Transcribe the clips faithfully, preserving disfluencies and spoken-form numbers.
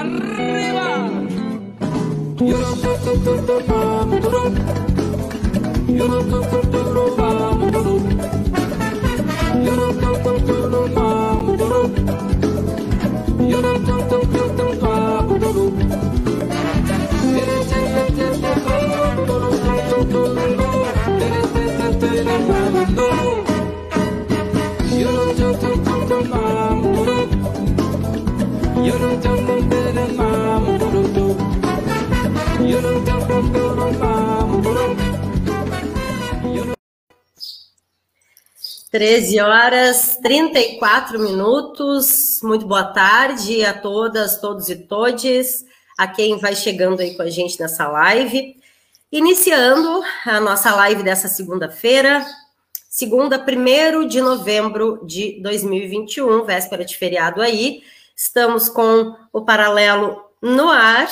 treze horas, trinta e quatro minutos. Muito boa tarde a todas, todos e todes, a quem vai chegando aí com a gente nessa live. Iniciando a nossa live dessa segunda-feira, segunda, primeiro de novembro de dois mil e vinte e um, véspera de feriado aí. Estamos com o Paralelo no ar.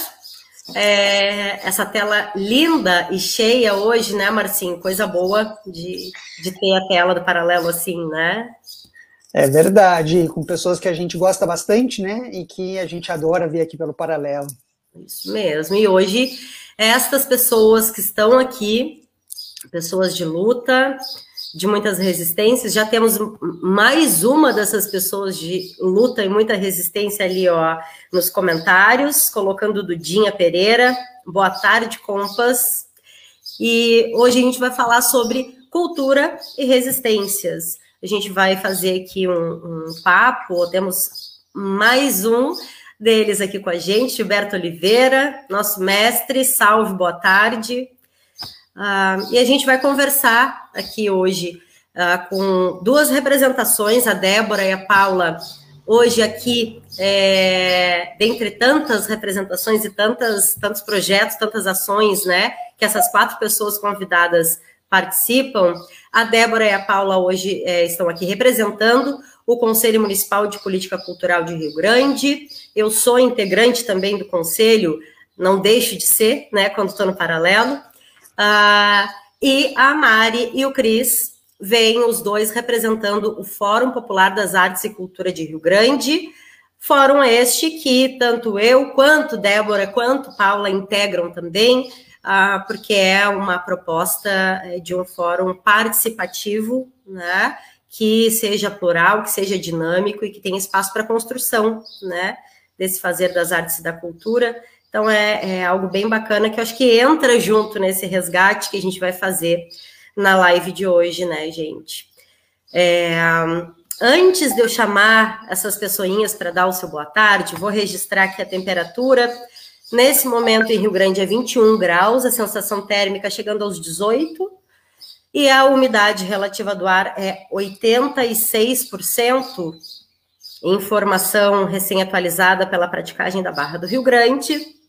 É, essa tela linda e cheia hoje, né, Marcinho? Coisa boa de, de ter a tela do Paralelo assim, né? É verdade, com pessoas que a gente gosta bastante, né, e que a gente adora ver aqui pelo Paralelo. Isso mesmo, e hoje, estas pessoas que estão aqui, pessoas de luta, de muitas resistências, já temos mais uma dessas pessoas de luta e muita resistência ali, ó, nos comentários, colocando Dudinha Pereira. Boa tarde, compas. E hoje a gente vai falar sobre cultura e resistências. A gente vai fazer aqui um, um papo, temos mais um deles aqui com a gente, Gilberto Oliveira, nosso mestre. Salve, boa tarde. Uh, e a gente vai conversar aqui hoje uh, com duas representações, a Débora e a Paula, hoje aqui, é, dentre tantas representações e tantas, tantos projetos, tantas ações, né, que essas quatro pessoas convidadas participam. A Débora e a Paula hoje é, estão aqui representando o Conselho Municipal de Política Cultural de Rio Grande. Eu sou integrante também do Conselho, não deixo de ser, né, quando estou no Paralelo. Uh, e a Mari e o Cris vêm os dois representando o Fórum Popular das Artes e Cultura de Rio Grande, fórum este que tanto eu, quanto Débora, quanto Paula integram também, uh, porque é uma proposta de um fórum participativo, né, que seja plural, que seja dinâmico e que tenha espaço para construção, né, desse fazer das artes e da cultura. Então, é, é algo bem bacana que eu acho que entra junto nesse resgate que a gente vai fazer na live de hoje, né, gente? É, antes de eu chamar essas pessoinhas para dar o seu boa tarde, vou registrar aqui a temperatura. Nesse momento, em Rio Grande, é vinte e um graus, a sensação térmica chegando aos dezoito, e a umidade relativa do ar é oitenta e seis por cento, informação recém-atualizada pela praticagem da Barra do Rio Grande.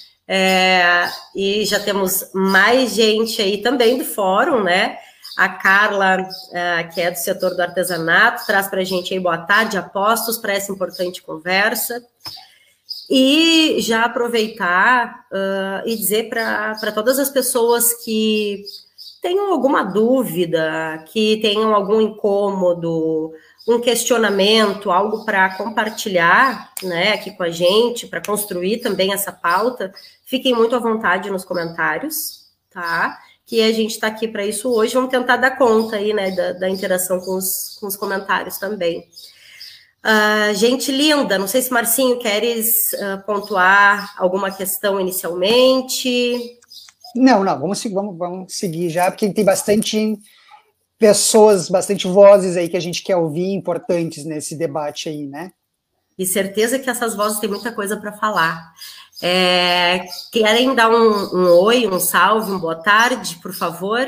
É, e já temos mais gente aí também do fórum, né? A Carla, uh, que é do setor do artesanato, traz para a gente aí boa tarde, apostos para essa importante conversa. E já aproveitar uh, e dizer para todas as pessoas que tenham alguma dúvida, que tenham algum incômodo, um questionamento, algo para compartilhar, né, aqui com a gente, para construir também essa pauta, fiquem muito à vontade nos comentários, tá? Que a gente está aqui para isso hoje, vamos tentar dar conta aí, né, da, da interação com os, com os comentários também. Uh, gente linda, não sei se, Marcinho, queres uh, pontuar alguma questão inicialmente? Não, não, vamos, vamos, vamos seguir já, porque tem bastante pessoas, bastante vozes aí que a gente quer ouvir, importantes nesse debate aí, né? E certeza que essas vozes têm muita coisa para falar. É, querem dar um, um oi, um salve, uma boa tarde, por favor?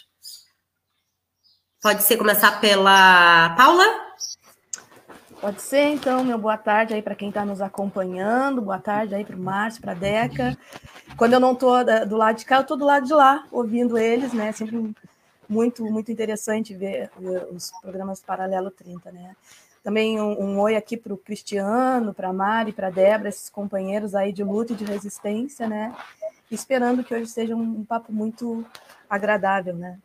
Pode ser começar pela Paula? Pode ser, então, meu boa tarde aí para quem está nos acompanhando, boa tarde aí para o Márcio, para a Deca. Quando eu não estou do lado de cá, eu estou do lado de lá, ouvindo eles, né? Sempre muito, muito interessante ver, ver os programas Paralelo trinta, né? Também um, um oi aqui para o Cristiano, para a Mari, para a Débora, esses companheiros aí de luta e de resistência, né? Esperando que hoje seja um, um papo muito agradável, né?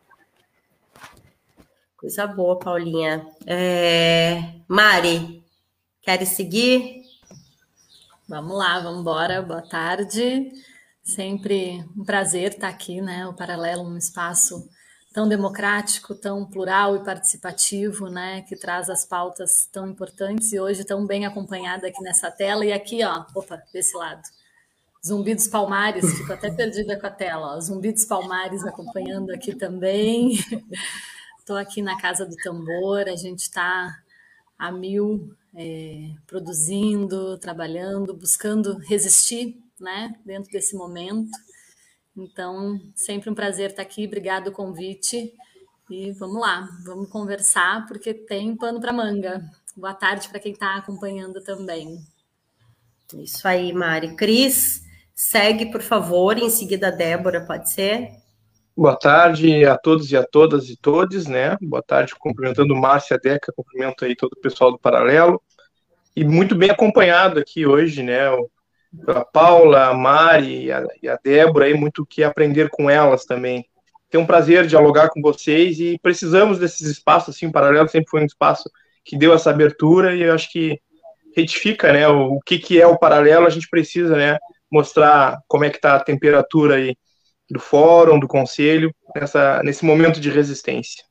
Coisa boa, Paulinha. É... Mari, queres seguir? Vamos lá, vamos embora. Boa tarde. Sempre um prazer estar aqui, né? O Paralelo, um espaço tão democrático, tão plural e participativo, né? Que traz as pautas tão importantes e hoje tão bem acompanhada aqui nessa tela. E aqui, ó, opa, desse lado. Zumbi dos Palmares, fico até perdida com a tela, ó. Zumbi dos Palmares acompanhando aqui também. Estou aqui na Casa do Tambor, a gente está a mil, é, produzindo, trabalhando, buscando resistir, né, dentro desse momento. Então, sempre um prazer estar aqui, obrigado o convite. E vamos lá, vamos conversar, porque tem pano para manga. Boa tarde para quem está acompanhando também. Isso aí, Mari. Cris, segue, por favor, em seguida a Débora, pode ser? Boa tarde a todos e a todas e todes, né? Boa tarde, cumprimentando Márcia, Deca, cumprimento aí todo o pessoal do Paralelo. E muito bem acompanhado aqui hoje, né? A Paula, a Mari e a, e a Débora, aí, muito o que aprender com elas também. Tem um prazer dialogar com vocês e precisamos desses espaços, assim, o Paralelo sempre foi um espaço que deu essa abertura e eu acho que retifica, né, o, o que, que é o Paralelo. A gente precisa, né, mostrar como é que está a temperatura aí do fórum, do conselho, nessa, nesse momento de resistência.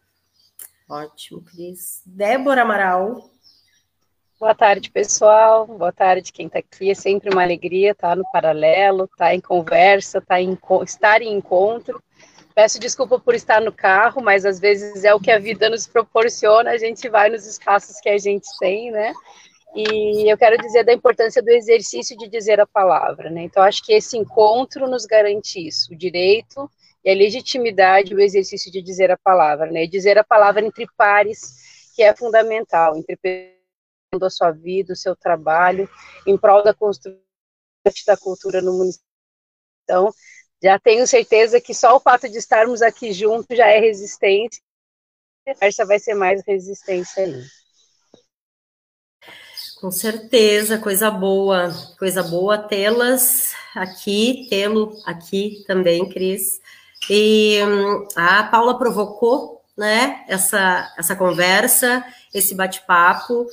Ótimo, Cris. Débora Amaral. Boa tarde, pessoal. Boa tarde, quem está aqui. É sempre uma alegria estar no Paralelo, estar em conversa, estar em, estar em encontro. Peço desculpa por estar no carro, mas às vezes é o que a vida nos proporciona, a gente vai nos espaços que a gente tem, né? E eu quero dizer da importância do exercício de dizer a palavra, né? Então, acho que esse encontro nos garante isso, o direito e a legitimidade, o exercício de dizer a palavra, né? Dizer a palavra entre pares, que é fundamental, entre a sua vida, o seu trabalho, em prol da construção da cultura no município. Então, já tenho certeza que só o fato de estarmos aqui juntos já é resistência, essa vai ser mais resistência ainda. Com certeza, coisa boa, coisa boa tê-las aqui, tê-lo aqui também, Cris. E hum, a Paula provocou, né, essa, essa conversa, esse bate-papo,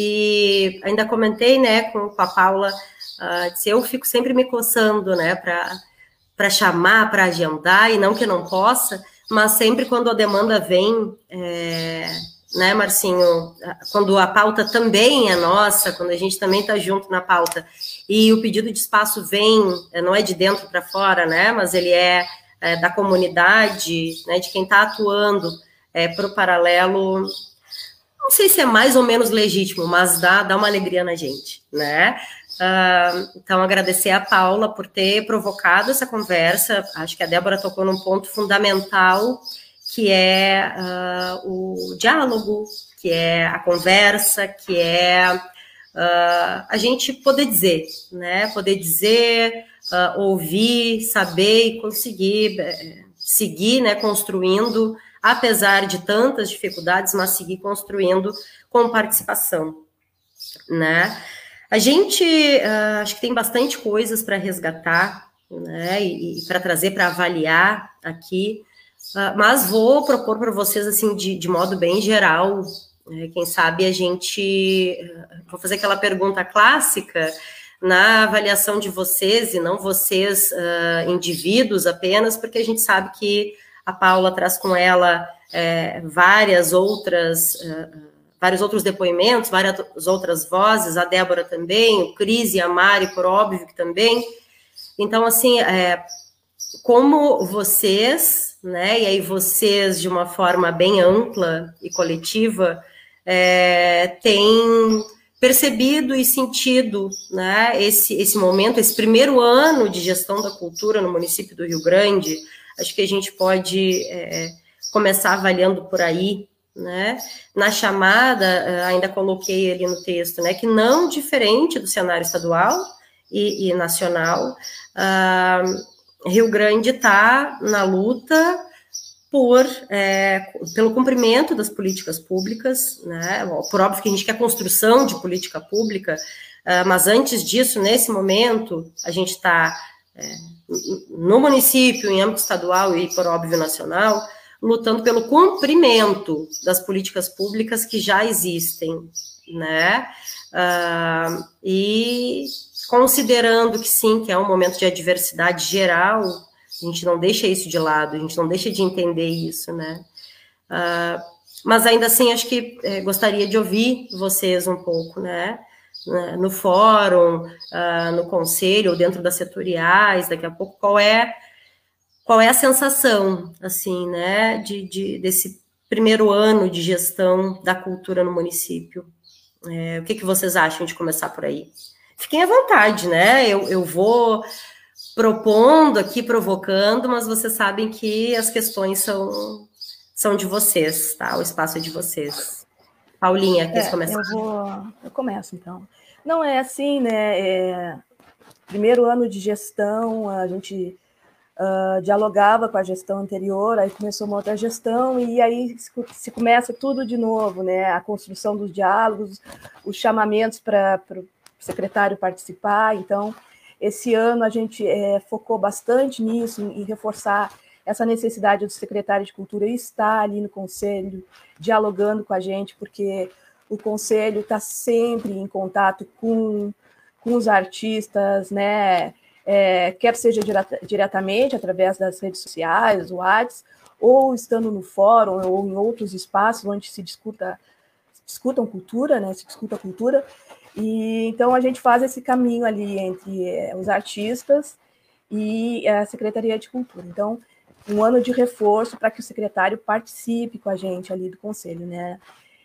e ainda comentei, né, com, com a Paula, uh, disse, eu fico sempre me coçando, né, para chamar, para agendar, e não que eu não possa, mas sempre quando a demanda vem... É, né, Marcinho, quando a pauta também é nossa, quando a gente também está junto na pauta, e o pedido de espaço vem, não é de dentro para fora, né, mas ele é, é da comunidade, né, de quem está atuando é, para o Paralelo, não sei se é mais ou menos legítimo, mas dá, dá uma alegria na gente, né. Uh, então, agradecer a Paula por ter provocado essa conversa, acho que a Débora tocou num ponto fundamental, que é uh, o diálogo, que é a conversa, que é uh, a gente poder dizer, né? Poder dizer, uh, ouvir, saber e conseguir uh, seguir, né? Construindo, apesar de tantas dificuldades, mas seguir construindo com participação, né? A gente, uh, acho que tem bastante coisas para resgatar, né? E, e para trazer, para avaliar aqui. Uh, mas vou propor para vocês, assim, de, de modo bem geral, né, quem sabe a gente... Vou fazer aquela pergunta clássica, na avaliação de vocês, e não vocês, uh, indivíduos apenas, porque a gente sabe que a Paula traz com ela é, várias outras... Uh, vários outros depoimentos, várias outras vozes, a Débora também, o Cris e a Mari, por óbvio, que também. Então, assim, é, como vocês... né, e aí vocês, de uma forma bem ampla e coletiva, é, têm percebido e sentido, né, esse, esse momento, esse primeiro ano de gestão da cultura no município do Rio Grande. Acho que a gente pode é, começar avaliando por aí, né, na chamada, ainda coloquei ali no texto, né, que não diferente do cenário estadual e, e nacional, ah, Rio Grande está na luta por, é, pelo cumprimento das políticas públicas, né? Por óbvio que a gente quer construção de política pública, uh, mas antes disso, nesse momento, a gente está é, no município, em âmbito estadual e, por óbvio, nacional, lutando pelo cumprimento das políticas públicas que já existem, né? Uh, e considerando que sim, que é um momento de adversidade geral, a gente não deixa isso de lado, a gente não deixa de entender isso, né? Uh, mas ainda assim, acho que eh, gostaria de ouvir vocês um pouco, né? No fórum, uh, no conselho, ou dentro das setoriais, daqui a pouco, qual é, qual é a sensação, assim, né, de, de, desse primeiro ano de gestão da cultura no município? É, o que, que vocês acham de começar por aí? Fiquem à vontade, né? Eu, eu vou propondo aqui, provocando, mas vocês sabem que as questões são, são de vocês, tá? O espaço é de vocês. Paulinha, quer É, começar? Eu vou, eu começo então. Não é assim, né? É, primeiro ano de gestão, a gente uh, dialogava com a gestão anterior, aí começou uma outra gestão e aí se começa tudo de novo, né? A construção dos diálogos, os chamamentos para o secretário participar. Então, esse ano a gente é, focou bastante nisso, em, em reforçar essa necessidade do secretário de Cultura estar ali no conselho, dialogando com a gente, porque o conselho está sempre em contato com, com os artistas, né? É, quer seja direta, diretamente através das redes sociais, o WhatsApp, ou estando no fórum ou em outros espaços onde se discuta, discutam cultura, né? Se discuta cultura. E então a gente faz esse caminho ali entre é, os artistas e a Secretaria de Cultura. Então, um ano de reforço para que o secretário participe com a gente ali do conselho, né?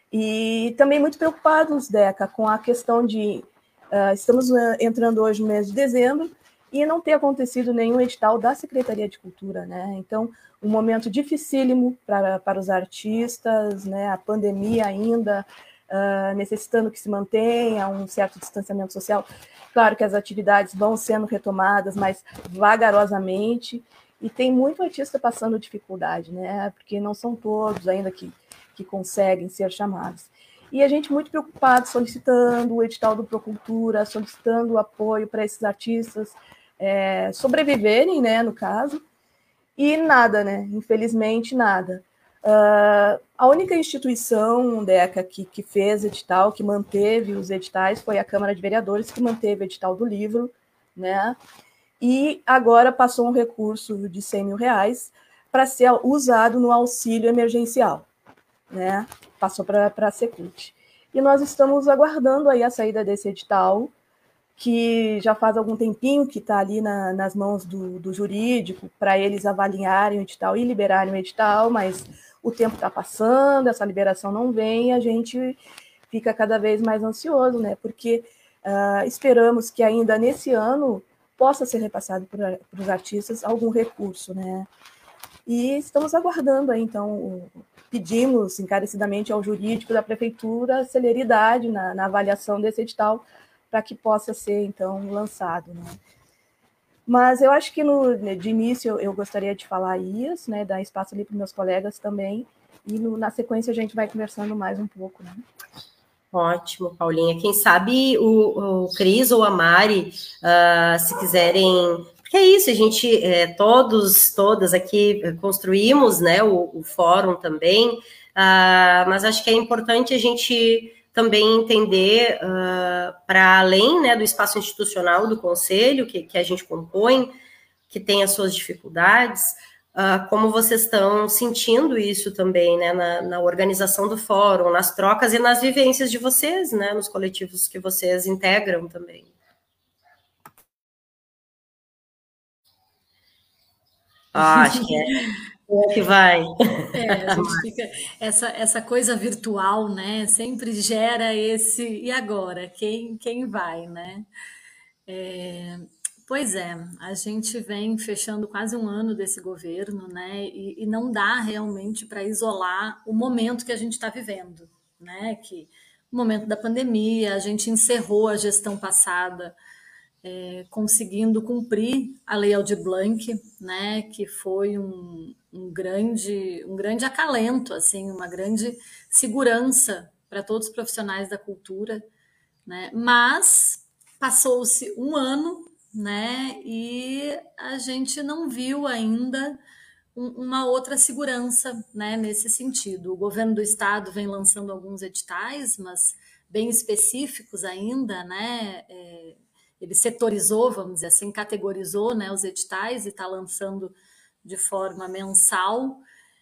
E também muito preocupados, Deca, com a questão de uh, estamos entrando hoje no mês de dezembro e não ter acontecido nenhum edital da Secretaria de Cultura, né? Então, um momento dificílimo para, para os artistas, né? A pandemia ainda uh, necessitando que se mantenha um certo distanciamento social. Claro que as atividades vão sendo retomadas, mas vagarosamente. E tem muito artista passando dificuldade, né? Porque não são todos ainda que, que conseguem ser chamados. E a gente muito preocupado, solicitando o edital do Procultura, solicitando o apoio para esses artistas é, sobreviverem, né, no caso, e nada, né? Infelizmente, nada. Uh, a única instituição, Deca, que, que fez edital, que manteve os editais, foi a Câmara de Vereadores, que manteve o edital do livro, né? E agora passou um recurso de cem mil reais para ser usado no auxílio emergencial, né? Passou para a Secult. E nós estamos aguardando aí a saída desse edital, que já faz algum tempinho que está ali na, nas mãos do, do jurídico, para eles avaliarem o edital e liberarem o edital, mas o tempo está passando, essa liberação não vem, e a gente fica cada vez mais ansioso, né? Porque uh, esperamos que ainda nesse ano possa ser repassado para os artistas algum recurso, né? E estamos aguardando aí, então, pedimos encarecidamente ao jurídico da prefeitura celeridade na, na avaliação desse edital para que possa ser, então, lançado, né? Mas eu acho que, no, de início, eu, eu gostaria de falar isso, né? Dar espaço ali para meus colegas também, e no, na sequência a gente vai conversando mais um pouco, né? Ótimo, Paulinha. Quem sabe o, o Cris ou a Mari, uh, se quiserem... Porque é isso, a gente, é, todos, todas aqui construímos, né, o, o fórum também, uh, mas acho que é importante a gente também entender, uh, para além, né, do espaço institucional do Conselho, que, que a gente compõe, que tem as suas dificuldades, Uh, como vocês estão sentindo isso também, né, na, na organização do fórum, nas trocas e nas vivências de vocês, né, nos coletivos que vocês integram também. Ah, acho que é. É que vai. É, a gente fica, essa, essa coisa virtual, né, sempre gera esse, e agora? Quem, quem vai, né? É, Pois é, a gente vem fechando quase um ano desse governo, né? E, e não dá realmente para isolar o momento que a gente está vivendo, né? Que o momento da pandemia, a gente encerrou a gestão passada, é, conseguindo cumprir a Lei Aldir Blanc, né? Que foi um, um grande, um grande acalento, assim, uma grande segurança para todos os profissionais da cultura, né? Mas passou-se um ano, né? E a gente não viu ainda um, uma outra segurança, né, nesse sentido. O governo do estado vem lançando alguns editais, mas bem específicos ainda, né? É, ele setorizou, vamos dizer assim, categorizou, né, os editais e está lançando de forma mensal.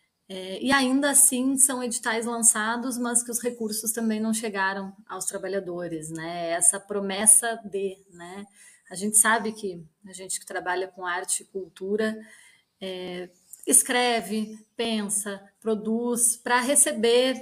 É, e ainda assim são editais lançados, mas que os recursos também não chegaram aos trabalhadores, né? Essa promessa de, né? A gente sabe que a gente que trabalha com arte e cultura é, escreve, pensa, produz para receber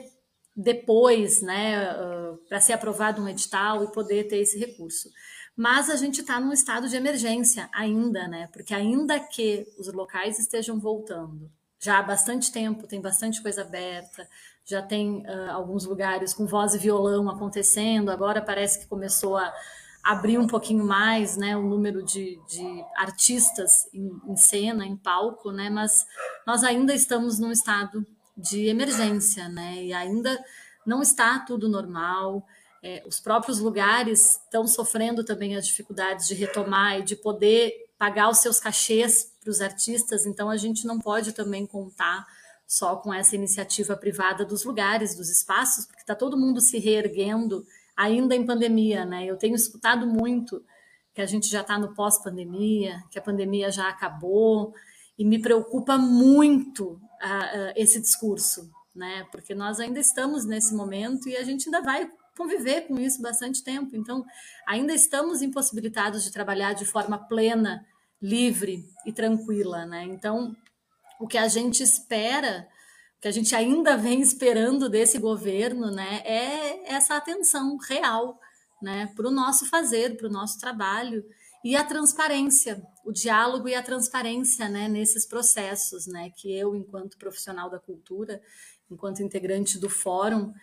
depois, né? Uh, para ser aprovado um edital e poder ter esse recurso. Mas a gente está num estado de emergência ainda, né? Porque ainda que os locais estejam voltando, já há bastante tempo, tem bastante coisa aberta, já tem uh, alguns lugares com voz e violão acontecendo, agora parece que começou a abrir um pouquinho mais, né, o número de, de artistas em, em cena, em palco, né, mas nós ainda estamos num estado de emergência, né, e ainda não está tudo normal, é, os próprios lugares estão sofrendo também as dificuldades de retomar e de poder pagar os seus cachês para os artistas, então a gente não pode também contar só com essa iniciativa privada dos lugares, dos espaços, porque está todo mundo se reerguendo ainda em pandemia, né? Eu tenho escutado muito que a gente já está no pós-pandemia, que a pandemia já acabou, e me preocupa muito uh, uh, esse discurso, né? Porque nós ainda estamos nesse momento e a gente ainda vai conviver com isso bastante tempo, então ainda estamos impossibilitados de trabalhar de forma plena, livre e tranquila, né? Então, o que a gente espera, o que a gente ainda vem esperando desse governo, né, é essa atenção real, né, para o nosso fazer, para o nosso trabalho e a transparência, o diálogo e a transparência, né, nesses processos, né, que eu, enquanto profissional da cultura, enquanto integrante do fórum,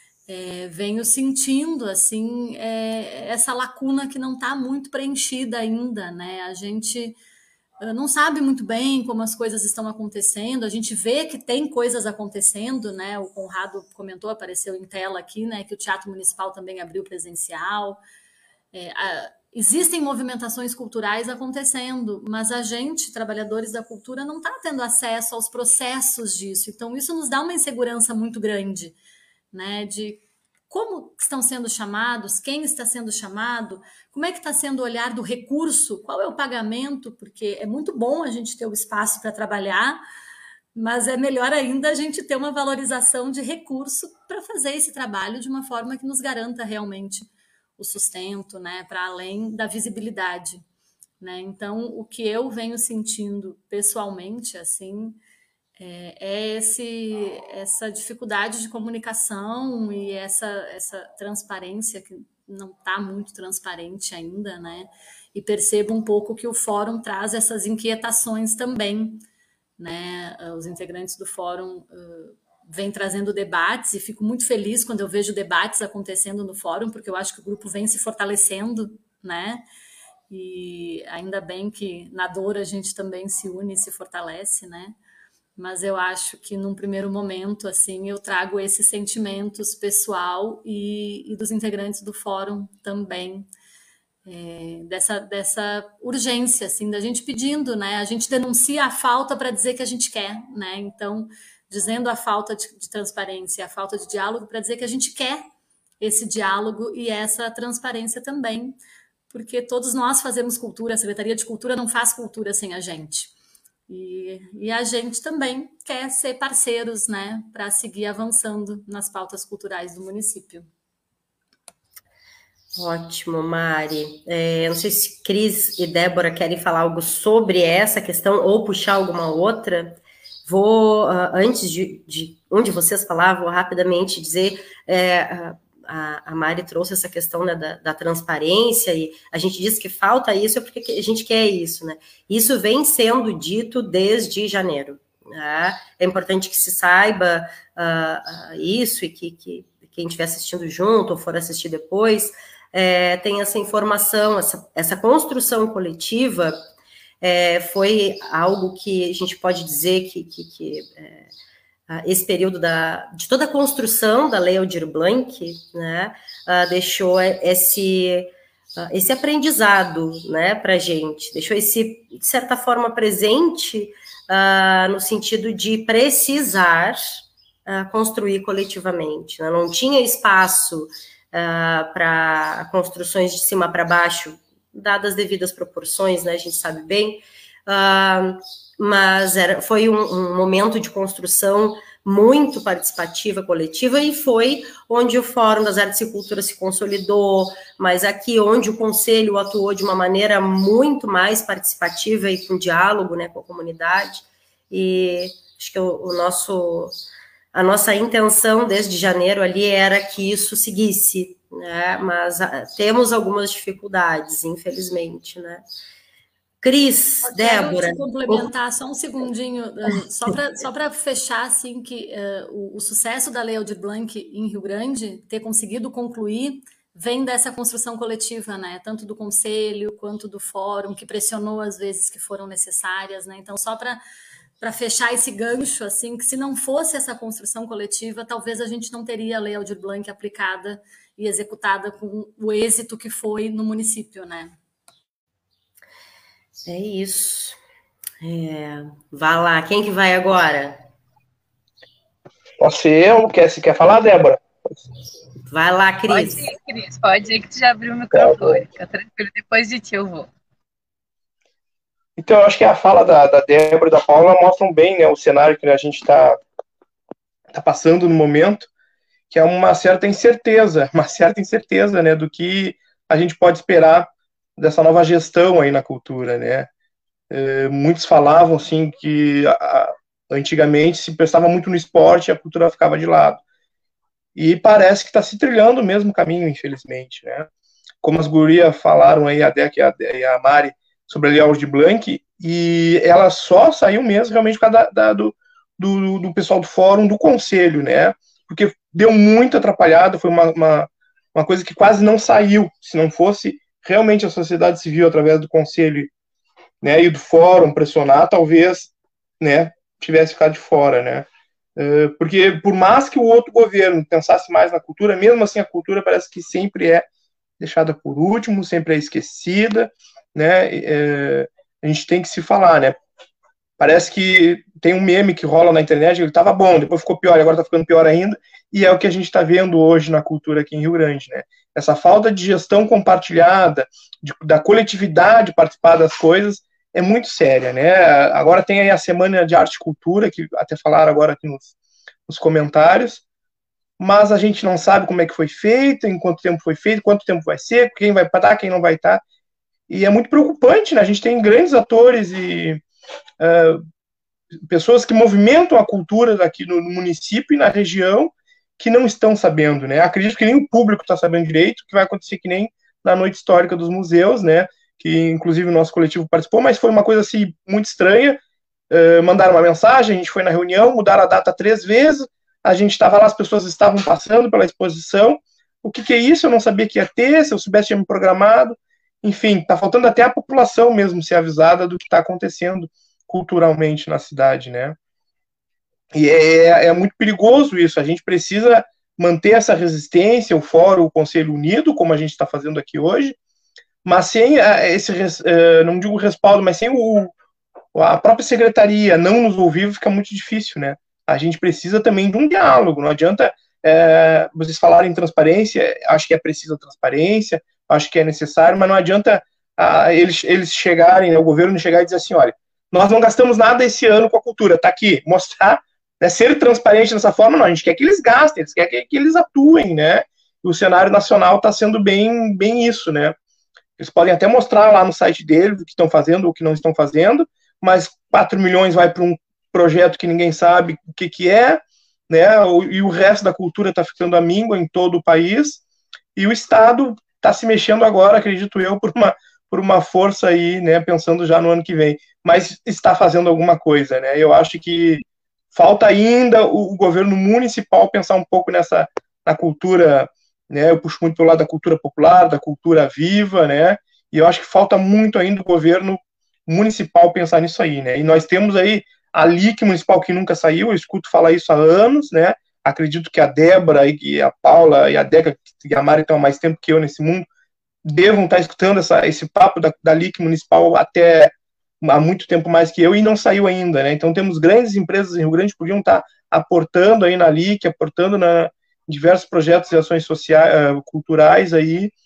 É, venho sentindo assim é, essa lacuna que não está muito preenchida ainda, né? A gente uh, não sabe muito bem como as coisas estão acontecendo, a gente vê que tem coisas acontecendo, né? O Conrado comentou, apareceu em tela aqui, né? Que o Teatro Municipal também abriu presencial. É, a, existem movimentações culturais acontecendo, mas a gente, trabalhadores da cultura, não está tendo acesso aos processos disso. Então, isso nos dá uma insegurança muito grande, né, de como estão sendo chamados, quem está sendo chamado, como é que está sendo o olhar do recurso, qual é o pagamento, porque é muito bom a gente ter o espaço para trabalhar, mas é melhor ainda a gente ter uma valorização de recurso para fazer esse trabalho de uma forma que nos garanta realmente o sustento, né, para além da visibilidade, né? Então, o que eu venho sentindo pessoalmente, assim, É, é esse, essa dificuldade de comunicação e essa, essa transparência que não está muito transparente ainda, né? E percebo um pouco que o fórum traz essas inquietações também, né? Os integrantes do fórum uh, vêm trazendo debates e fico muito feliz quando eu vejo debates acontecendo no fórum, porque eu acho que o grupo vem se fortalecendo, né? E ainda bem que na dor a gente também se une e se fortalece, né? Mas eu acho que num primeiro momento, assim, eu trago esses sentimentos pessoal e, e dos integrantes do fórum também, é, dessa, dessa urgência, assim, da gente pedindo, né? A gente denuncia a falta para dizer que a gente quer, né? Então, dizendo a falta de, de transparência, a falta de diálogo para dizer que a gente quer esse diálogo e essa transparência também, porque todos nós fazemos cultura, a Secretaria de Cultura não faz cultura sem a gente. E, e a gente também quer ser parceiros, né, para seguir avançando nas pautas culturais do município. Ótimo, Mari. É, não sei se Cris e Débora querem falar algo sobre essa questão ou puxar alguma outra. Vou, uh, antes de, de onde vocês falavam, rapidamente dizer... É, A, a Mari trouxe essa questão, né, da, da transparência, e a gente diz que falta isso, é porque a gente quer isso, né? Isso vem sendo dito desde janeiro, né? É importante que se saiba uh, uh, isso, e que, que quem estiver assistindo junto ou for assistir depois, é, tem essa informação, essa, essa construção coletiva é, foi algo que a gente pode dizer que, que, que é, esse período da, de toda a construção da Lei Aldir Blanc, né, uh, deixou esse, uh, esse aprendizado, né, para a gente, deixou esse, de certa forma, presente uh, no sentido de precisar uh, construir coletivamente, né? Não tinha espaço uh, para construções de cima para baixo dadas as devidas proporções, né, a gente sabe bem, uh, mas era, foi um, um momento de construção muito participativa, coletiva, e foi onde o Fórum das Artes e Cultura se consolidou, mas aqui onde o Conselho atuou de uma maneira muito mais participativa e com diálogo, né, com a comunidade, e acho que o, o nosso, a nossa intenção desde janeiro ali era que isso seguisse, né, mas a, temos algumas dificuldades, infelizmente, né. Cris, Eu Débora. Quero te complementar só um segundinho, só para só para fechar, assim, que uh, o, o sucesso da Lei Aldir Blanc em Rio Grande, ter conseguido concluir, vem dessa construção coletiva, né? Tanto do Conselho quanto do Fórum, que pressionou as vezes que foram necessárias, né? Então, só para para fechar esse gancho, assim, que se não fosse essa construção coletiva, talvez a gente não teria a Lei Aldir Blanc aplicada e executada com o êxito que foi no município, né? É isso. É, vá lá, quem que vai agora? Posso ser eu? Quer, se quer falar, Débora? Vai lá, Cris. Pode ir, Cris, pode ir que tu já abriu o microfone. Fica tranquilo, depois de ti eu vou. Então, eu acho que a fala da, da Débora e da Paula mostram bem, né, o cenário que a gente está tá passando no momento, que é uma certa incerteza, uma certa incerteza, né, do que a gente pode esperar dessa nova gestão aí na cultura, né. É, muitos falavam, assim, que a, antigamente se prestava muito no esporte e a cultura ficava de lado. E parece que está se trilhando o mesmo caminho, infelizmente, né. Como as gurias falaram aí, a Deca e a, e a Mari, sobre a Lei Aldir Blanc, e ela só saiu mesmo realmente por causa da, da, do, do, do pessoal do fórum, do conselho, né, porque deu muito atrapalhado, foi uma, uma, uma coisa que quase não saiu, se não fosse realmente a sociedade civil, através do conselho, né, e do fórum pressionar, talvez, né, tivesse ficado de fora, né, uh, porque por mais que o outro governo pensasse mais na cultura, mesmo assim a cultura parece que sempre é deixada por último, sempre é esquecida, né, uh, a gente tem que se falar, né, parece que tem um meme que rola na internet, ele estava bom, depois ficou pior, agora está ficando pior ainda, e é o que a gente está vendo hoje na cultura aqui em Rio Grande, né, essa falta de gestão compartilhada, de, da coletividade participar das coisas, é muito séria, né, agora tem aí a Semana de Arte e Cultura, que até falaram agora aqui nos, nos comentários, mas a gente não sabe como é que foi feito, em quanto tempo foi feito, quanto tempo vai ser, quem vai estar, quem não vai estar, e é muito preocupante, né, a gente tem grandes atores e uh, pessoas que movimentam a cultura aqui no, no município e na região, que não estão sabendo, né, acredito que nem o público está sabendo direito, que vai acontecer que nem na Noite Histórica dos Museus, né, que inclusive o nosso coletivo participou, mas foi uma coisa assim, muito estranha, uh, mandaram uma mensagem, a gente foi na reunião, mudaram a data três vezes, a gente estava lá, as pessoas estavam passando pela exposição, o que que é isso, eu não sabia que ia ter, se eu soubesse tinha me programado, enfim, está faltando até a população mesmo ser avisada do que está acontecendo culturalmente na cidade, né, e é, é muito perigoso isso, a gente precisa manter essa resistência, o fórum, o Conselho unido, como a gente está fazendo aqui hoje, mas sem esse, não digo respaldo, mas sem o, a própria secretaria não nos ouvir, fica muito difícil, né, a gente precisa também de um diálogo, não adianta é, vocês falarem em transparência, acho que é preciso transparência, acho que é necessário, mas não adianta ah, eles, eles chegarem, né, o governo chegar e dizer assim, olha, nós não gastamos nada esse ano com a cultura, tá aqui, mostrar, né, ser transparente dessa forma, não, a gente quer que eles gastem, eles querem que, que eles atuem, né, e o cenário nacional está sendo bem, bem isso, né, eles podem até mostrar lá no site deles o que estão fazendo ou o que não estão fazendo, mas quatro milhões vai para um projeto que ninguém sabe o que que é, né, e o resto da cultura está ficando à míngua em todo o país, e o Estado está se mexendo agora, acredito eu, por uma, por uma força aí, né, pensando já no ano que vem, mas está fazendo alguma coisa, né, eu acho que falta ainda o, o governo municipal pensar um pouco nessa, na cultura, né, eu puxo muito pelo lado da cultura popular, da cultura viva, né, e eu acho que falta muito ainda o governo municipal pensar nisso aí, né, e nós temos aí a L I C municipal que nunca saiu, eu escuto falar isso há anos, né, acredito que a Débora e a Paula e a Deca e a Mari estão há mais tempo que eu nesse mundo, devam estar escutando essa, esse papo da, da L I C municipal até há muito tempo mais que eu, e não saiu ainda, né, então temos grandes empresas em Rio Grande que podiam estar aportando aí na L I C, aportando na diversos projetos e ações sociais, uh, culturais aí,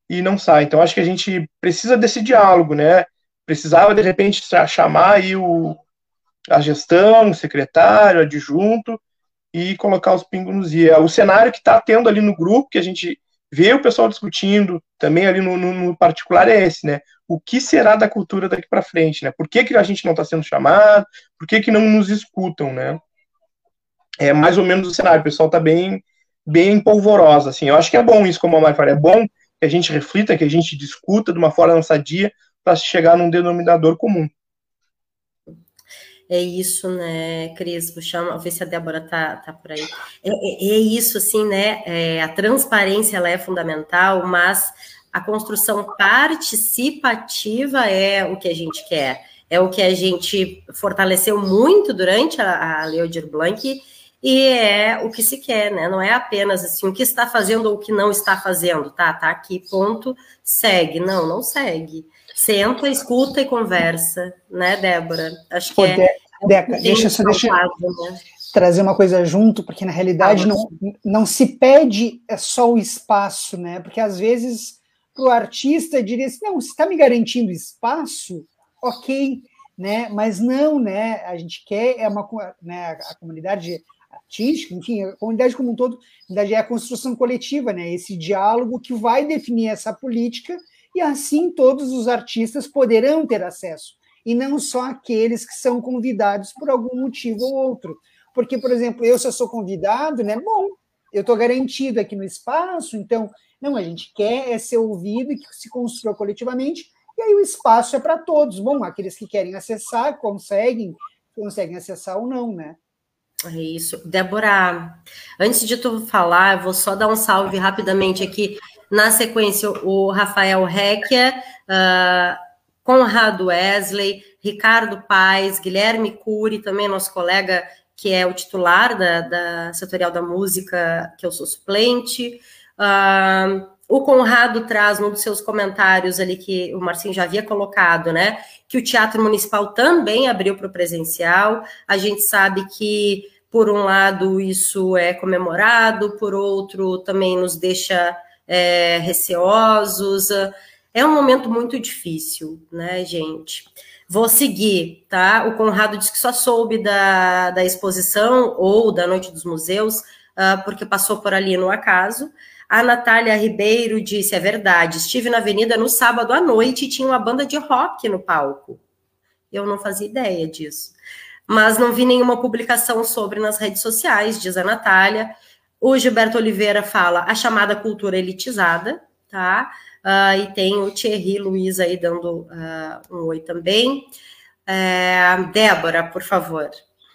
e não sai. Então, acho que a gente precisa desse diálogo, né? Precisava, de repente, chamar aí o, a gestão, o secretário, o adjunto, e colocar os pingos nos is. O cenário que está tendo ali no grupo, que a gente vê o pessoal discutindo, também ali no, no, no particular, é esse, né? O que será da cultura daqui para frente, né? Por que, que a gente não está sendo chamado? Por que, que não nos escutam, né? É mais ou menos o cenário. O pessoal está bem, bem polvorosa, assim. Eu acho que é bom isso, como a Mari fala, é bom que a gente reflita, que a gente discuta de uma forma sadia para chegar num denominador comum. É isso, né, Cris? Vou chamar, vou ver se a Débora tá, tá por aí. É, é, é isso, assim, né? É, a transparência ela é fundamental, mas a construção participativa é o que a gente quer. É o que a gente fortaleceu muito durante a, a Lei Aldir Blanc e é o que se quer, né? Não é apenas assim o que está fazendo ou o que não está fazendo, tá? Tá aqui, ponto, segue. Não, não segue. Senta, escuta e conversa, né, Débora? Acho que Pô, é. Deca, deixa, só deixa né? trazer uma coisa junto, porque na realidade ah, não, não se pede só o espaço, né? Porque às vezes para o artista diria assim, não, você está me garantindo espaço, ok, né? Mas não, né? A gente quer é uma, né, a comunidade artística, enfim, a comunidade como um todo, na verdade é a construção coletiva, né? Esse diálogo que vai definir essa política. E assim todos os artistas poderão ter acesso, e não só aqueles que são convidados por algum motivo ou outro. Porque, por exemplo, eu se eu sou convidado, né? Bom, eu estou garantido aqui no espaço, então, não, a gente quer é ser ouvido e que se construa coletivamente, e aí o espaço é para todos. Bom, aqueles que querem acessar, conseguem, conseguem acessar ou não, né? É isso. Débora, antes de tu falar, eu vou só dar um salve rapidamente aqui. Na sequência, o Rafael Hecker, uh, Conrado Wesley, Ricardo Paes, Guilherme Cury, também nosso colega que é o titular da, da Setorial da Música, que eu sou suplente. Uh, o Conrado traz num dos seus comentários ali, que o Marcinho já havia colocado, né, que o Teatro Municipal também abriu para o presencial. A gente sabe que, por um lado, isso é comemorado, por outro, também nos deixa... É, receosos, é um momento muito difícil, né, gente? Vou seguir, tá? O Conrado disse que só soube da, da exposição ou da Noite dos Museus uh, porque passou por ali no acaso. A Natália Ribeiro disse, é verdade, estive na Avenida no sábado à noite e tinha uma banda de rock no palco. Eu não fazia ideia disso. Mas não vi nenhuma publicação sobre nas redes sociais, diz a Natália. O Gilberto Oliveira fala a chamada cultura elitizada, tá? Uh, e tem o Thierry Luiz aí dando uh, um oi também. Uh, Débora, por favor.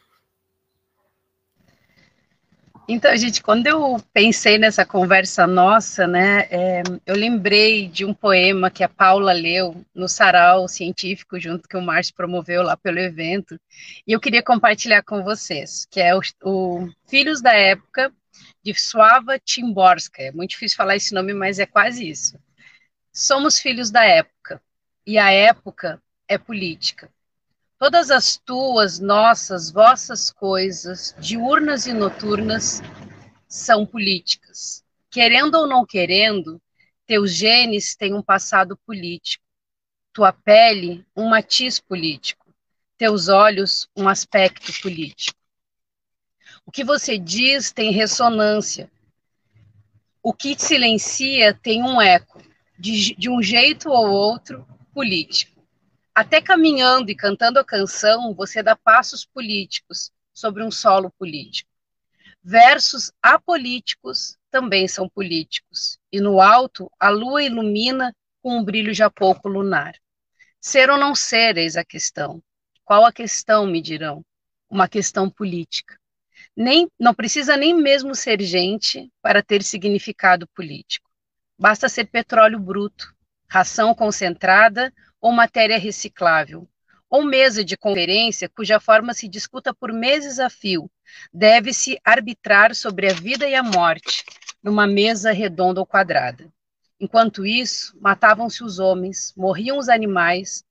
Então, gente, quando eu pensei nessa conversa nossa, né, é, eu lembrei de um poema que a Paula leu no sarau científico, junto que o Márcio promoveu lá pelo evento, e eu queria compartilhar com vocês, que é o, o Filhos da Época, de Suava Timborska. É muito difícil falar esse nome, mas é quase isso. Somos filhos da época, e a época é política. Todas as tuas, nossas, vossas coisas, diurnas e noturnas, são políticas. Querendo ou não querendo, teus genes têm um passado político. Tua pele, um matiz político. Teus olhos, um aspecto político. O que você diz tem ressonância. O que silencia tem um eco, de, de um jeito ou outro, político. Até caminhando e cantando a canção, você dá passos políticos sobre um solo político. Versos apolíticos também são políticos. E no alto, a lua ilumina com um brilho já pouco lunar. Ser ou não ser, eis a questão. Qual a questão, me dirão? Uma questão política. Nem, não precisa nem mesmo ser gente para ter significado político. Basta ser petróleo bruto, ração concentrada ou matéria reciclável, ou mesa de conferência cuja forma se discuta por meses a fio. Deve-se arbitrar sobre a vida e a morte, numa mesa redonda ou quadrada. Enquanto isso, matavam-se os homens, morriam os animais,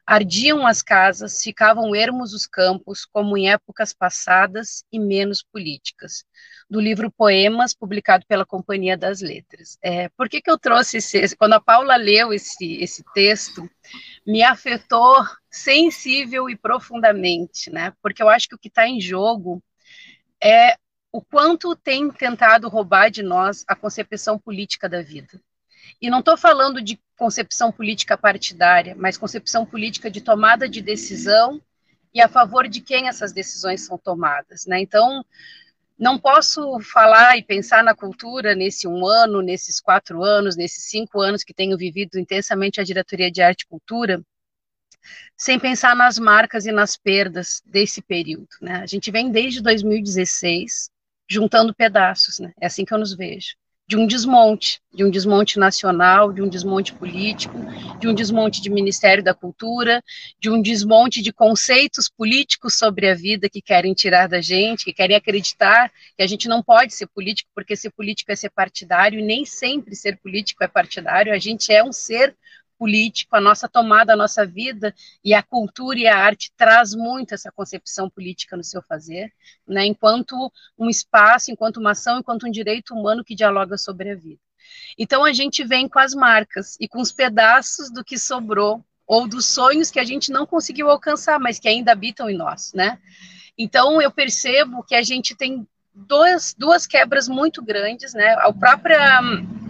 Ardiam as casas, ficavam ermos os campos, como em épocas passadas e menos políticas. Do livro Poemas, publicado pela Companhia das Letras. É, por que que eu trouxe esse... Quando a Paula leu esse, esse texto, me afetou sensível e profundamente, né? Porque eu acho que o que está em jogo é o quanto tem tentado roubar de nós a concepção política da vida. E não estou falando de concepção política partidária, mas concepção política de tomada de decisão e a favor de quem essas decisões são tomadas, né? Então, não posso falar e pensar na cultura nesse um ano, nesses quatro anos, nesses cinco anos que tenho vivido intensamente a diretoria de arte e cultura, sem pensar nas marcas e nas perdas desse período, né? A gente vem desde dois mil e dezesseis juntando pedaços, né? É assim que eu nos vejo. De um desmonte, de um desmonte nacional, de um desmonte político, de um desmonte de Ministério da Cultura, de um desmonte de conceitos políticos sobre a vida que querem tirar da gente, que querem acreditar que a gente não pode ser político, porque ser político é ser partidário, e nem sempre ser político é partidário, a gente é um ser político, a nossa tomada, a nossa vida, e a cultura e a arte traz muito essa concepção política no seu fazer, né, enquanto um espaço, enquanto uma ação, enquanto um direito humano que dialoga sobre a vida. Então a gente vem com as marcas e com os pedaços do que sobrou, ou dos sonhos que a gente não conseguiu alcançar, mas que ainda habitam em nós, né? Então eu percebo que a gente tem duas, duas quebras muito grandes, né? A própria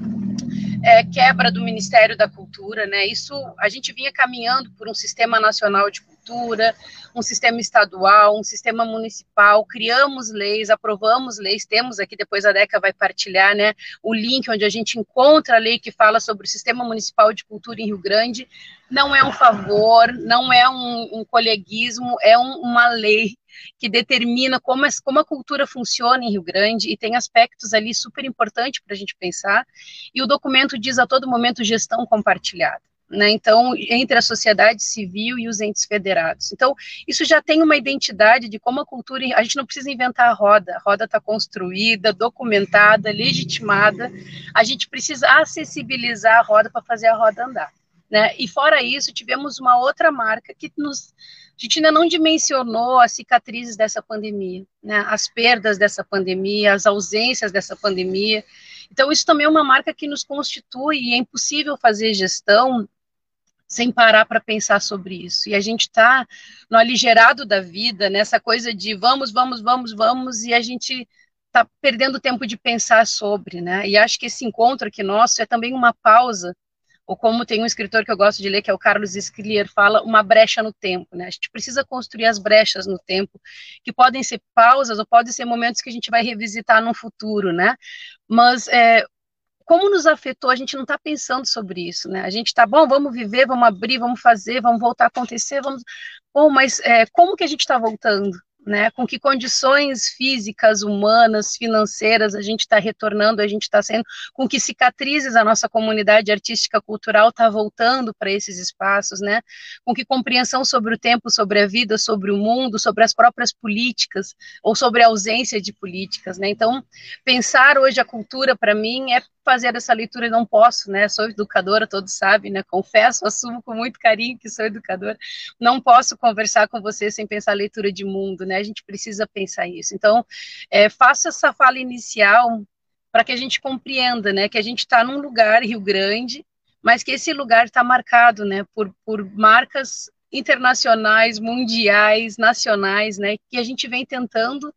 É, quebra do Ministério da Cultura, né? Isso, a gente vinha caminhando por um sistema nacional de cultura, um sistema estadual, um sistema municipal, criamos leis, aprovamos leis, temos aqui, depois a Deca vai partilhar, né, o link onde a gente encontra a lei que fala sobre o Sistema Municipal de Cultura em Rio Grande. Não é um favor, não é um, um coleguismo, é um, uma lei que determina como, é, como a cultura funciona em Rio Grande, e tem aspectos ali super importantes para a gente pensar, e o documento diz a todo momento gestão compartilhada, né? Então, entre a sociedade civil e os entes federados. Então, isso já tem uma identidade de como a cultura, a gente não precisa inventar a roda, a roda está construída, documentada, legitimada, a gente precisa acessibilizar a roda para fazer a roda andar, né? E fora isso, tivemos uma outra marca que nos... A gente ainda não dimensionou as cicatrizes dessa pandemia, né? As perdas dessa pandemia, as ausências dessa pandemia. Então, isso também é uma marca que nos constitui, e é impossível fazer gestão sem parar para pensar sobre isso. E a gente está no aligerado da vida, nessa coisa de vamos, vamos, vamos, vamos, e a gente está perdendo tempo de pensar sobre, né? E acho que esse encontro aqui nosso é também uma pausa, ou como tem um escritor que eu gosto de ler, que é o Carlos Sclier, fala, uma brecha no tempo, né? A gente precisa construir as brechas no tempo, que podem ser pausas, ou podem ser momentos que a gente vai revisitar no futuro, né? Mas, é, como nos afetou, a gente não está pensando sobre isso, né? A gente está, bom, vamos viver, vamos abrir, vamos fazer, vamos voltar a acontecer, vamos... Bom, mas é, como que a gente está voltando? Né, com que condições físicas, humanas, financeiras a gente está retornando, a gente está sendo, com que cicatrizes a nossa comunidade artística cultural está voltando para esses espaços, né, com que compreensão sobre o tempo, sobre a vida, sobre o mundo, sobre as próprias políticas, ou sobre a ausência de políticas, né? Então, pensar hoje a cultura, para mim, é fazer essa leitura. E não posso, né, sou educadora, todos sabem, né, confesso, assumo com muito carinho que sou educadora, não posso conversar com você sem pensar a leitura de mundo, né, a gente precisa pensar isso. Então, é, faço essa fala inicial para que a gente compreenda, né, que a gente está num lugar, Rio Grande, mas que esse lugar está marcado, né, por, por marcas internacionais, mundiais, nacionais, né, que a gente vem tentando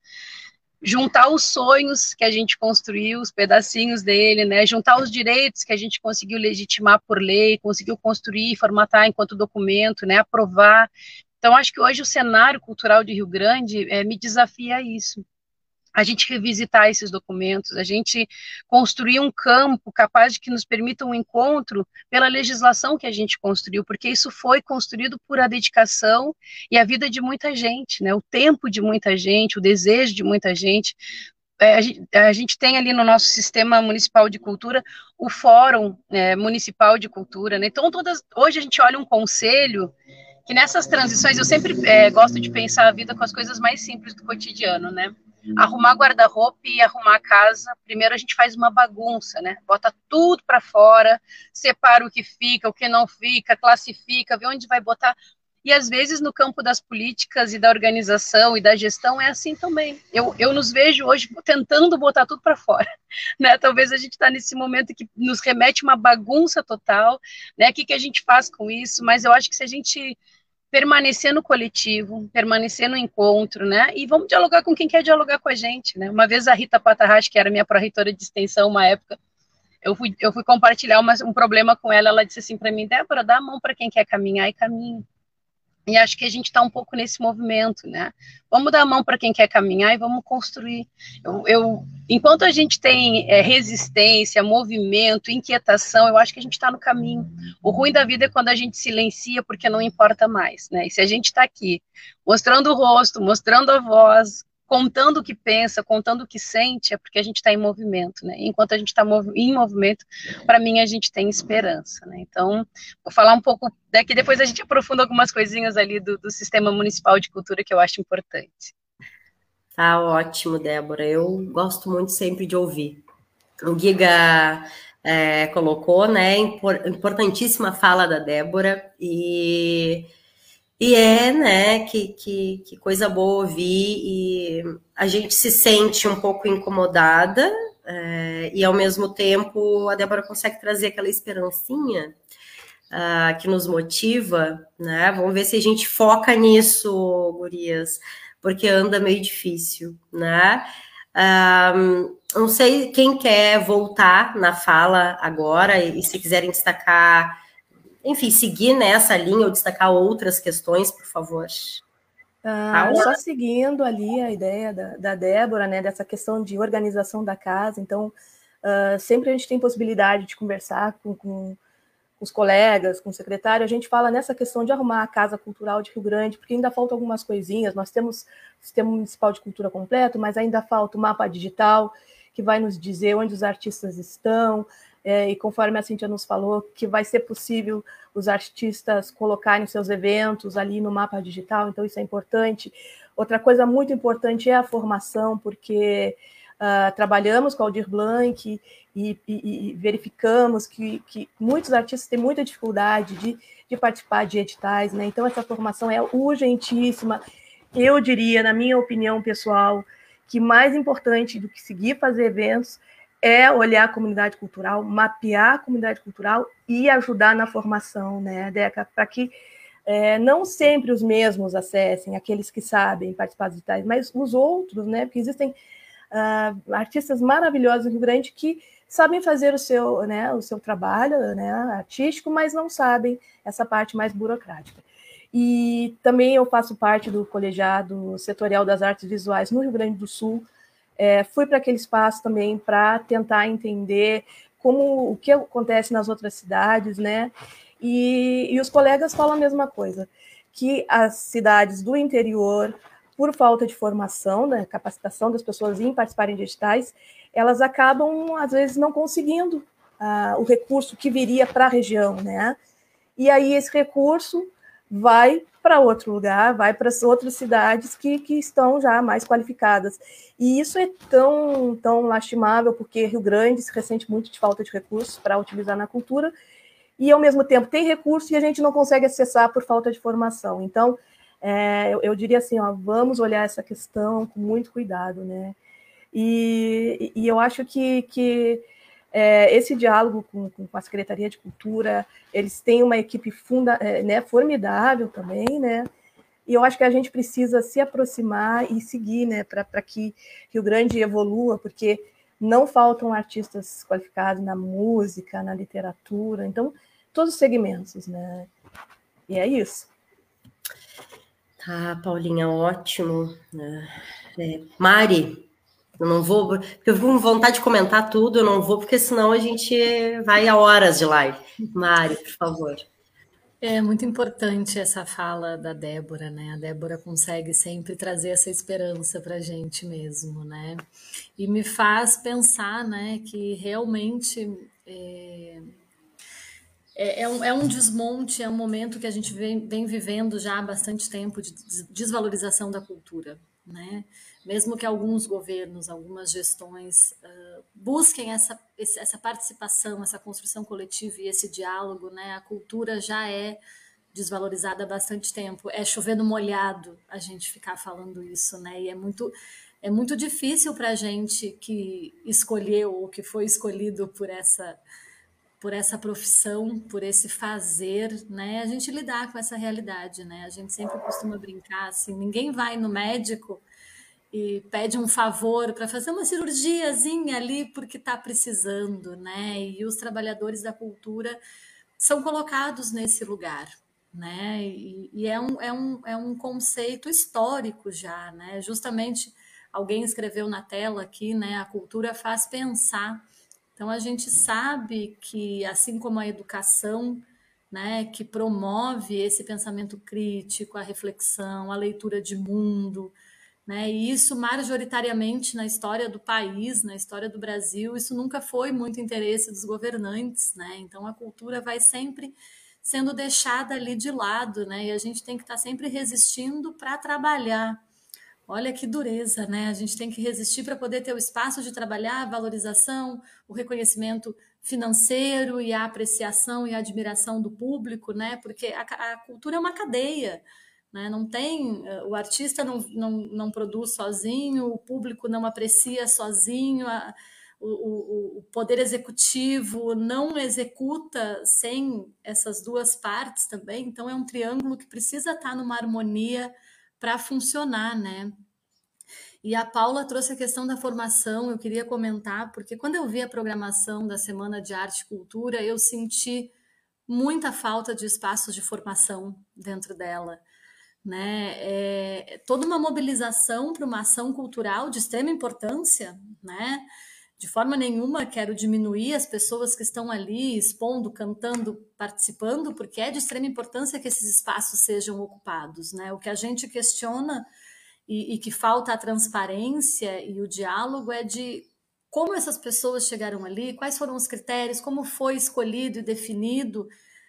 juntar os sonhos que a gente construiu, os pedacinhos dele, né, juntar os direitos que a gente conseguiu legitimar por lei, conseguiu construir, formatar enquanto documento, né, aprovar. Então, acho que hoje o cenário cultural de Rio Grande é, me desafia a isso. A gente revisitar esses documentos, a gente construir um campo capaz de que nos permita um encontro pela legislação que a gente construiu, porque isso foi construído por a dedicação e a vida de muita gente, né? O tempo de muita gente, o desejo de muita gente. É, a, gente, a gente tem ali no nosso sistema municipal de cultura o Fórum é, Municipal de Cultura, né? Então, todas, hoje a gente olha um conselho que nessas transições, eu sempre é, gosto de pensar a vida com as coisas mais simples do cotidiano, né? Arrumar guarda-roupa e arrumar a casa, primeiro a gente faz uma bagunça, né? Bota tudo para fora, separa o que fica, o que não fica, classifica, vê onde vai botar. E às vezes no campo das políticas e da organização e da gestão é assim também. Eu, eu nos vejo hoje tentando botar tudo para fora, né? Talvez a gente está nesse momento que nos remete uma bagunça total, né? O que, que a gente faz com isso? Mas eu acho que se a gente permanecer no coletivo, permanecer no encontro, né? E vamos dialogar com quem quer dialogar com a gente, né? Uma vez a Rita Patarache, que era minha pró-reitora de extensão uma época, eu fui, eu fui compartilhar uma, um problema com ela, ela disse assim para mim, Débora, dá a mão para quem quer caminhar e caminha. E acho que a gente está um pouco nesse movimento, né? Vamos dar a mão para quem quer caminhar e vamos construir. Eu, eu enquanto a gente tem é, resistência, movimento, inquietação, eu acho que a gente está no caminho. O ruim da vida é quando a gente silencia porque não importa mais, né? E se a gente está aqui mostrando o rosto, mostrando a voz, contando o que pensa, contando o que sente, é porque a gente está em movimento, né? E enquanto a gente está mov em movimento, para mim a gente tem esperança, né? Então, vou falar um pouco daqui, depois a gente aprofunda algumas coisinhas ali do, do Sistema Municipal de Cultura que eu acho importante. Tá ótimo, Débora. Eu gosto muito sempre de ouvir. O Giga é, colocou, né? Importantíssima fala da Débora e E é, né, que, que, que coisa boa ouvir, e a gente se sente um pouco incomodada, é, e ao mesmo tempo a Débora consegue trazer aquela esperancinha uh, que nos motiva, né? Vamos ver se a gente foca nisso, gurias, porque anda meio difícil, né? Um, não sei quem quer voltar na fala agora, e, e se quiserem destacar... Enfim, seguir nessa linha ou destacar outras questões, por favor. Ah, só seguindo ali a ideia da, da Débora, né, dessa questão de organização da casa. Então, uh, sempre a gente tem possibilidade de conversar com, com os colegas, com o secretário. A gente fala nessa questão de arrumar a Casa Cultural de Rio Grande, porque ainda faltam algumas coisinhas. Nós temos o Sistema Municipal de Cultura completo, mas ainda falta o mapa digital, que vai nos dizer onde os artistas estão, É, e conforme a Cíntia nos falou, que vai ser possível os artistas colocarem seus eventos ali no mapa digital, então isso é importante. Outra coisa muito importante é a formação, porque uh, trabalhamos com a Aldir Blanc e, e, e verificamos que, que muitos artistas têm muita dificuldade de, de participar de editais, né? Então essa formação é urgentíssima. Eu diria, na minha opinião pessoal, que mais importante do que seguir fazer eventos é olhar a comunidade cultural, mapear a comunidade cultural e ajudar na formação, né, Deca, para que é, não sempre os mesmos acessem, aqueles que sabem participar dos editais, mas os outros, né, porque existem uh, artistas maravilhosos no Rio Grande que sabem fazer o seu, né, o seu trabalho, né, artístico, mas não sabem essa parte mais burocrática. E também eu faço parte do colegiado setorial das artes visuais no Rio Grande do Sul. É, fui para aquele espaço também para tentar entender como o que acontece nas outras cidades, né? E, e os colegas falam a mesma coisa, que as cidades do interior, por falta de formação, né, capacitação das pessoas em participarem de editais, elas acabam, às vezes, não conseguindo ah, o recurso que viria para a região, né? E aí esse recurso vai para outro lugar, vai para as outras cidades que, que estão já mais qualificadas. E isso é tão, tão lastimável, porque Rio Grande se ressente muito de falta de recursos para utilizar na cultura, e, ao mesmo tempo, tem recurso e a gente não consegue acessar por falta de formação. Então, é, eu, eu diria assim, ó, vamos olhar essa questão com muito cuidado, né? E, e eu acho que... que É, esse diálogo com, com a Secretaria de Cultura, eles têm uma equipe funda, é, né, formidável também, né? E eu acho que a gente precisa se aproximar e seguir, né, para que Rio Grande evolua, porque não faltam artistas qualificados na música, na literatura, então, todos os segmentos, né? E é isso. Tá, Paulinha, ótimo. É, Mari, eu não vou, porque eu fico com vontade de comentar tudo, eu não vou, porque senão a gente vai a horas de live. Mari, por favor. É muito importante essa fala da Débora, né? A Débora consegue sempre trazer essa esperança para a gente mesmo, né? E me faz pensar, né, que realmente é, é, é, um, é um desmonte, é um momento que a gente vem, vem vivendo já há bastante tempo de desvalorização da cultura, né? Mesmo que alguns governos, algumas gestões uh, busquem essa, essa participação, essa construção coletiva e esse diálogo, né? A cultura já é desvalorizada há bastante tempo. É chover no molhado a gente ficar falando isso, né? E é muito, é muito difícil para a gente que escolheu ou que foi escolhido por essa, por essa profissão, por esse fazer, né? A gente lidar com essa realidade, né? A gente sempre costuma brincar assim, ninguém vai no médico e pede um favor para fazer uma cirurgiazinha ali porque está precisando, né? E os trabalhadores da cultura são colocados nesse lugar, né? E, e é, um, é, um, é um conceito histórico já, né? Justamente alguém escreveu na tela aqui, né? A cultura faz pensar. Então a gente sabe que, assim como a educação, né, que promove esse pensamento crítico, a reflexão, a leitura de mundo, né? E isso, majoritariamente, na história do país, na história do Brasil, isso nunca foi muito interesse dos governantes, né? Então, a cultura vai sempre sendo deixada ali de lado, né? E a gente tem que estar sempre resistindo para trabalhar. Olha que dureza, né? A gente tem que resistir para poder ter o espaço de trabalhar, a valorização, o reconhecimento financeiro e a apreciação e a admiração do público, né? Porque a, a cultura é uma cadeia, né? Não tem, o artista não, não, não produz sozinho, o público não aprecia sozinho, a, o, o poder executivo não executa sem essas duas partes também. Então é um triângulo que precisa estar numa harmonia para funcionar, né? E a Paula trouxe a questão da formação, eu queria comentar, porque quando eu vi a programação da Semana de Arte e Cultura, eu senti muita falta de espaços de formação dentro dela, né? É toda uma mobilização para uma ação cultural de extrema importância, né? De forma nenhuma quero diminuir as pessoas que estão ali expondo, cantando, participando, porque é de extrema importância que esses espaços sejam ocupados, né? O que a gente questiona e, e que falta a transparência e o diálogo é de como essas pessoas chegaram ali, quais foram os critérios, como foi escolhido e definido,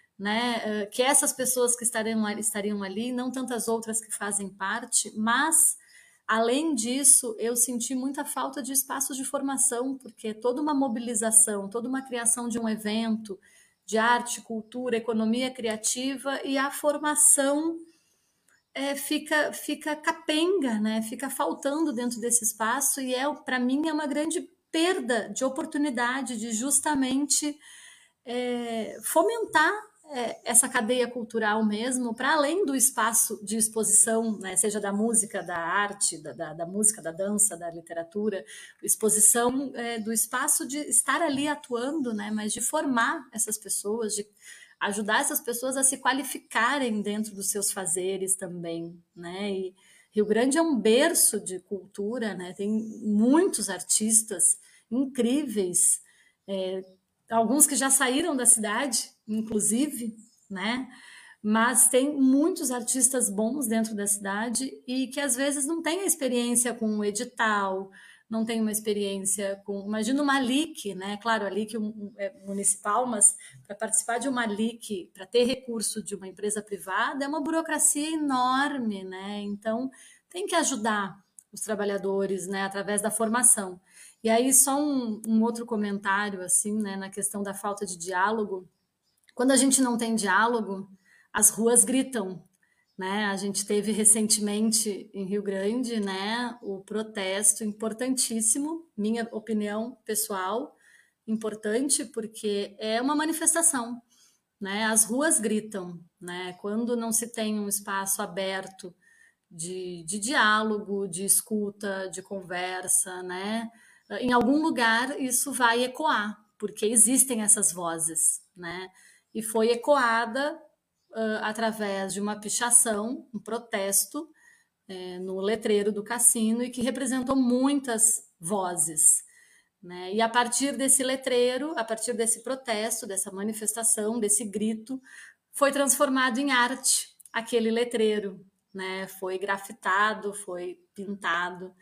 né, que essas pessoas que estariam, estariam ali, não tantas outras que fazem parte, mas, além disso, eu senti muita falta de espaços de formação, porque toda uma mobilização, toda uma criação de um evento de arte, cultura, economia criativa e a formação é, fica, fica capenga, né, fica faltando dentro desse espaço e, é, para mim, é uma grande perda de oportunidade de justamente é, fomentar é, essa cadeia cultural mesmo, para além do espaço de exposição, né, seja da música, da arte, da, da, da música, da dança, da literatura, exposição é, do espaço de estar ali atuando, né, mas de formar essas pessoas, de ajudar essas pessoas a se qualificarem dentro dos seus fazeres também, né, e Rio Grande é um berço de cultura, né, tem muitos artistas incríveis, é, alguns que já saíram da cidade, inclusive, né? Mas tem muitos artistas bons dentro da cidade e que às vezes não têm a experiência com o edital, não tem uma experiência com... Imagina uma L I C, né? Claro, a L I C é municipal, mas para participar de uma L I C, para ter recurso de uma empresa privada, é uma burocracia enorme, né? Então, tem que ajudar os trabalhadores, né? Através da formação. E aí, só um, um outro comentário, assim, né, na questão da falta de diálogo. Quando a gente não tem diálogo, as ruas gritam, né? A gente teve recentemente em Rio Grande, né, o protesto importantíssimo, minha opinião pessoal, importante, porque é uma manifestação, né? As ruas gritam, né? Quando não se tem um espaço aberto de, de diálogo, de escuta, de conversa, né? Em algum lugar isso vai ecoar, porque existem essas vozes, né? E foi ecoada uh, através de uma pichação, um protesto é, no letreiro do cassino e que representou muitas vozes, né? E a partir desse letreiro, a partir desse protesto, dessa manifestação, desse grito, foi transformado em arte aquele letreiro, né? Foi grafitado, foi pintado.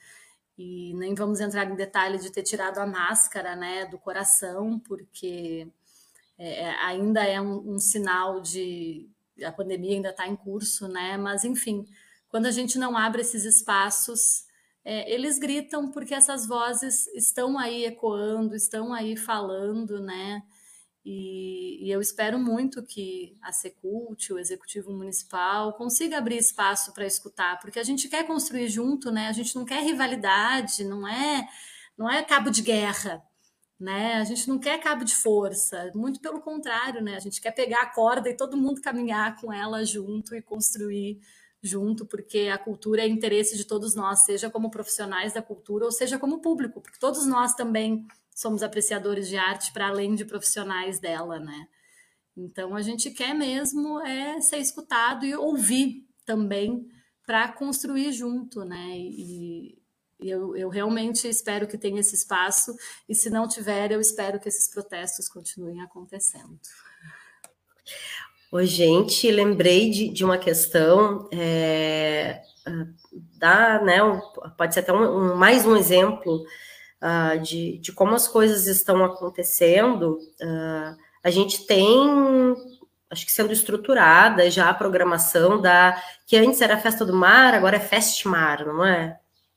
E nem vamos entrar em detalhe de ter tirado a máscara, né, do coração, porque é, ainda é um, um sinal de... A pandemia ainda está em curso, né? Mas, enfim, quando a gente não abre esses espaços, é, eles gritam porque essas vozes estão aí ecoando, estão aí falando, né? E, e eu espero muito que a Secult, o Executivo Municipal, consiga abrir espaço para escutar, porque a gente quer construir junto, né? A gente não quer rivalidade, não é, não é cabo de guerra, né? A gente não quer cabo de força, muito pelo contrário, né? A gente quer pegar a corda e todo mundo caminhar com ela junto e construir junto, porque a cultura é interesse de todos nós, seja como profissionais da cultura ou seja como público, porque todos nós também somos apreciadores de arte para além de profissionais dela, né? Então a gente quer mesmo é ser escutado e ouvir também para construir junto, né? E, Eu, eu realmente espero que tenha esse espaço, e se não tiver, eu espero que esses protestos continuem acontecendo. Oi, gente, lembrei de, de uma questão, é, dá, né, um, pode ser até um, um, mais um exemplo uh, de, de como as coisas estão acontecendo. Uh, a gente tem, acho que sendo estruturada já a programação da, que antes era Festa do Mar, agora é Festmar, não é?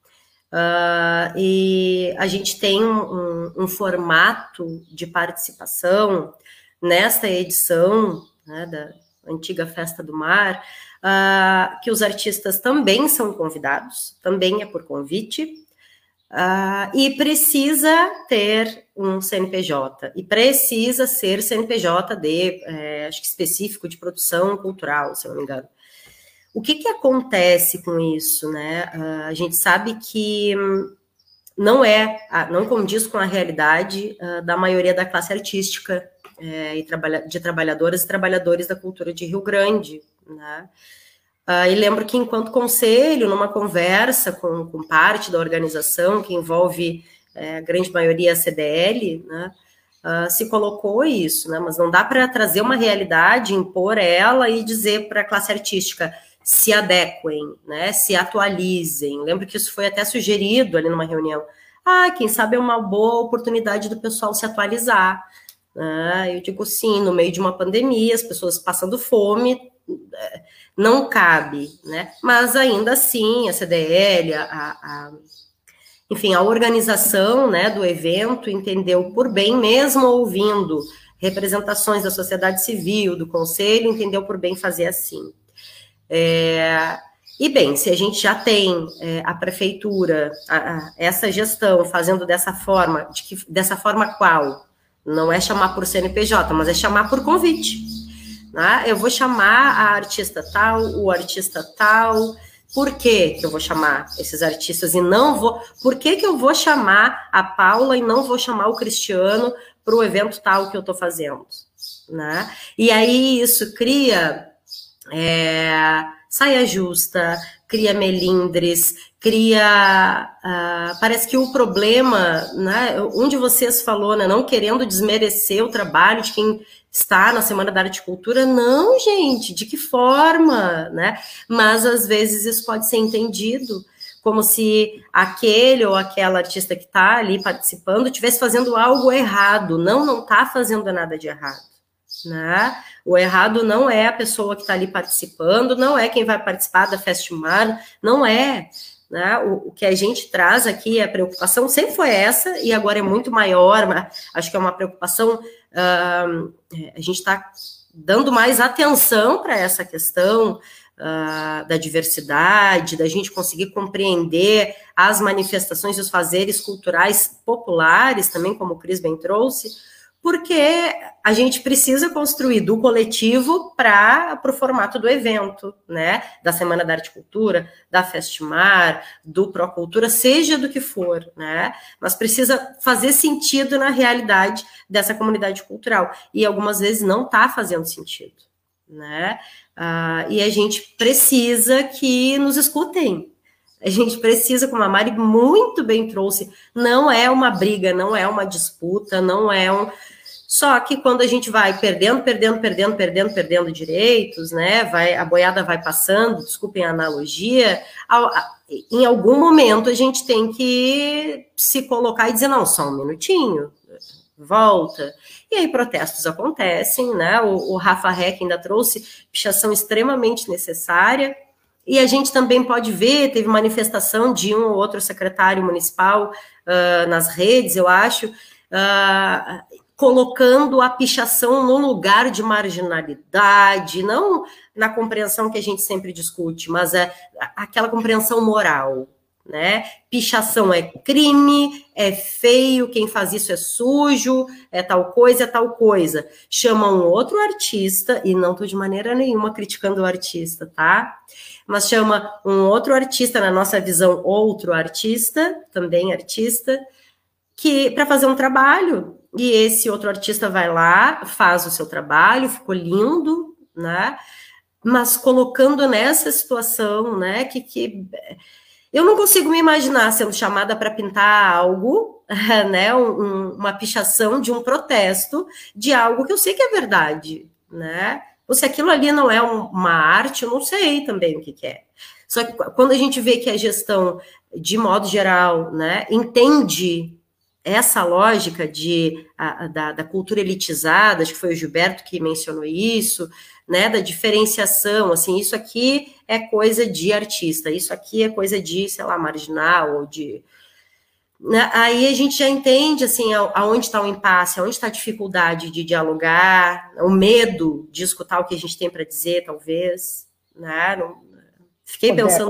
Uh, e a gente tem um, um, um formato de participação nesta edição, né, da antiga Festa do Mar, uh, que os artistas também são convidados, também é por convite, uh, e precisa ter um C N P J, e precisa ser C N P J de, é, acho que específico de produção cultural, se eu não me engano. O que que acontece com isso, né? Uh, a gente sabe que não é, não condiz com a realidade uh, da maioria da classe artística é, e trabalha, de trabalhadoras e trabalhadores da cultura de Rio Grande, né? Uh, e lembro que, enquanto conselho, numa conversa com, com parte da organização, que envolve é, a grande maioria a C D L, né? Uh, se colocou isso, né? Mas não dá para trazer uma realidade, impor ela e dizer para a classe artística se adequem, né, se atualizem. Lembro que isso foi até sugerido ali numa reunião. Ah, quem sabe é uma boa oportunidade do pessoal se atualizar. Ah, eu digo sim, no meio de uma pandemia, as pessoas passando fome, não cabe, né? Mas ainda assim, a C D L, a, a, enfim, a organização, né, do evento entendeu por bem, mesmo ouvindo representações da sociedade civil, do conselho, entendeu por bem fazer assim. É, e bem, se a gente já tem é, a prefeitura, a, a, essa gestão fazendo dessa forma, de que, dessa forma qual? Não é chamar por C N P J, mas é chamar por convite, né? Eu vou chamar a artista tal, o artista tal. Por que que eu vou chamar esses artistas e não vou... Por que que eu vou chamar a Paula e não vou chamar o Cristiano para o evento tal que eu estou fazendo, né? E aí isso cria... É, saia justa, cria melindres, cria... Uh, parece que o problema, né, um de vocês falou, né, não querendo desmerecer o trabalho de quem está na Semana da Arte e Cultura, não, gente, de que forma, né? Mas às vezes isso pode ser entendido como se aquele ou aquela artista que está ali participando estivesse fazendo algo errado. Não, não está fazendo nada de errado, né? O errado não é a pessoa que está ali participando, não é quem vai participar da Festmar, não é, né? O, o que a gente traz aqui, a preocupação sempre foi essa, e agora é muito maior, mas acho que é uma preocupação, uh, a gente está dando mais atenção para essa questão uh, da diversidade, da gente conseguir compreender as manifestações e os fazeres culturais populares, também como o Cris bem trouxe, porque a gente precisa construir do coletivo para o formato do evento, né? Da Semana da Arte e Cultura, da Festmar, do Procultura, seja do que for, né? Mas precisa fazer sentido na realidade dessa comunidade cultural. E algumas vezes não está fazendo sentido, né? Ah, e a gente precisa que nos escutem. A gente precisa, como a Mari muito bem trouxe, não é uma briga, não é uma disputa, não é um... Só que quando a gente vai perdendo, perdendo, perdendo, perdendo, perdendo direitos, né, vai, a boiada vai passando, desculpem a analogia, em algum momento a gente tem que se colocar e dizer, não, só um minutinho, volta. E aí protestos acontecem, né, o, o Rafa Reck ainda trouxe pichação extremamente necessária, e a gente também pode ver, teve manifestação de um ou outro secretário municipal uh, nas redes, eu acho, uh, colocando a pichação no lugar de marginalidade, não na compreensão que a gente sempre discute, mas é aquela compreensão moral, né? Pichação é crime, é feio, quem faz isso é sujo, é tal coisa, é tal coisa. Chama um outro artista, e não estou de maneira nenhuma criticando o artista, tá? Mas chama um outro artista, na nossa visão, outro artista, também artista, que para fazer um trabalho, e esse outro artista vai lá, faz o seu trabalho, ficou lindo, né? Mas colocando nessa situação, né, que, que eu não consigo me imaginar sendo chamada para pintar algo, né, um, uma pichação de um protesto, de algo que eu sei que é verdade, né? Ou se aquilo ali não é um, uma arte, eu não sei também o que, que é. Só que quando a gente vê que a gestão, de modo geral, né, entende essa lógica de, a, da, da cultura elitizada, acho que foi o Gilberto que mencionou isso, né, da diferenciação, assim, isso aqui é coisa de artista, isso aqui é coisa de, sei lá, marginal, ou de... Né, aí a gente já entende, assim, aonde está o impasse, aonde está a dificuldade de dialogar, o medo de escutar o que a gente tem para dizer, talvez, né, não... fiquei pensando...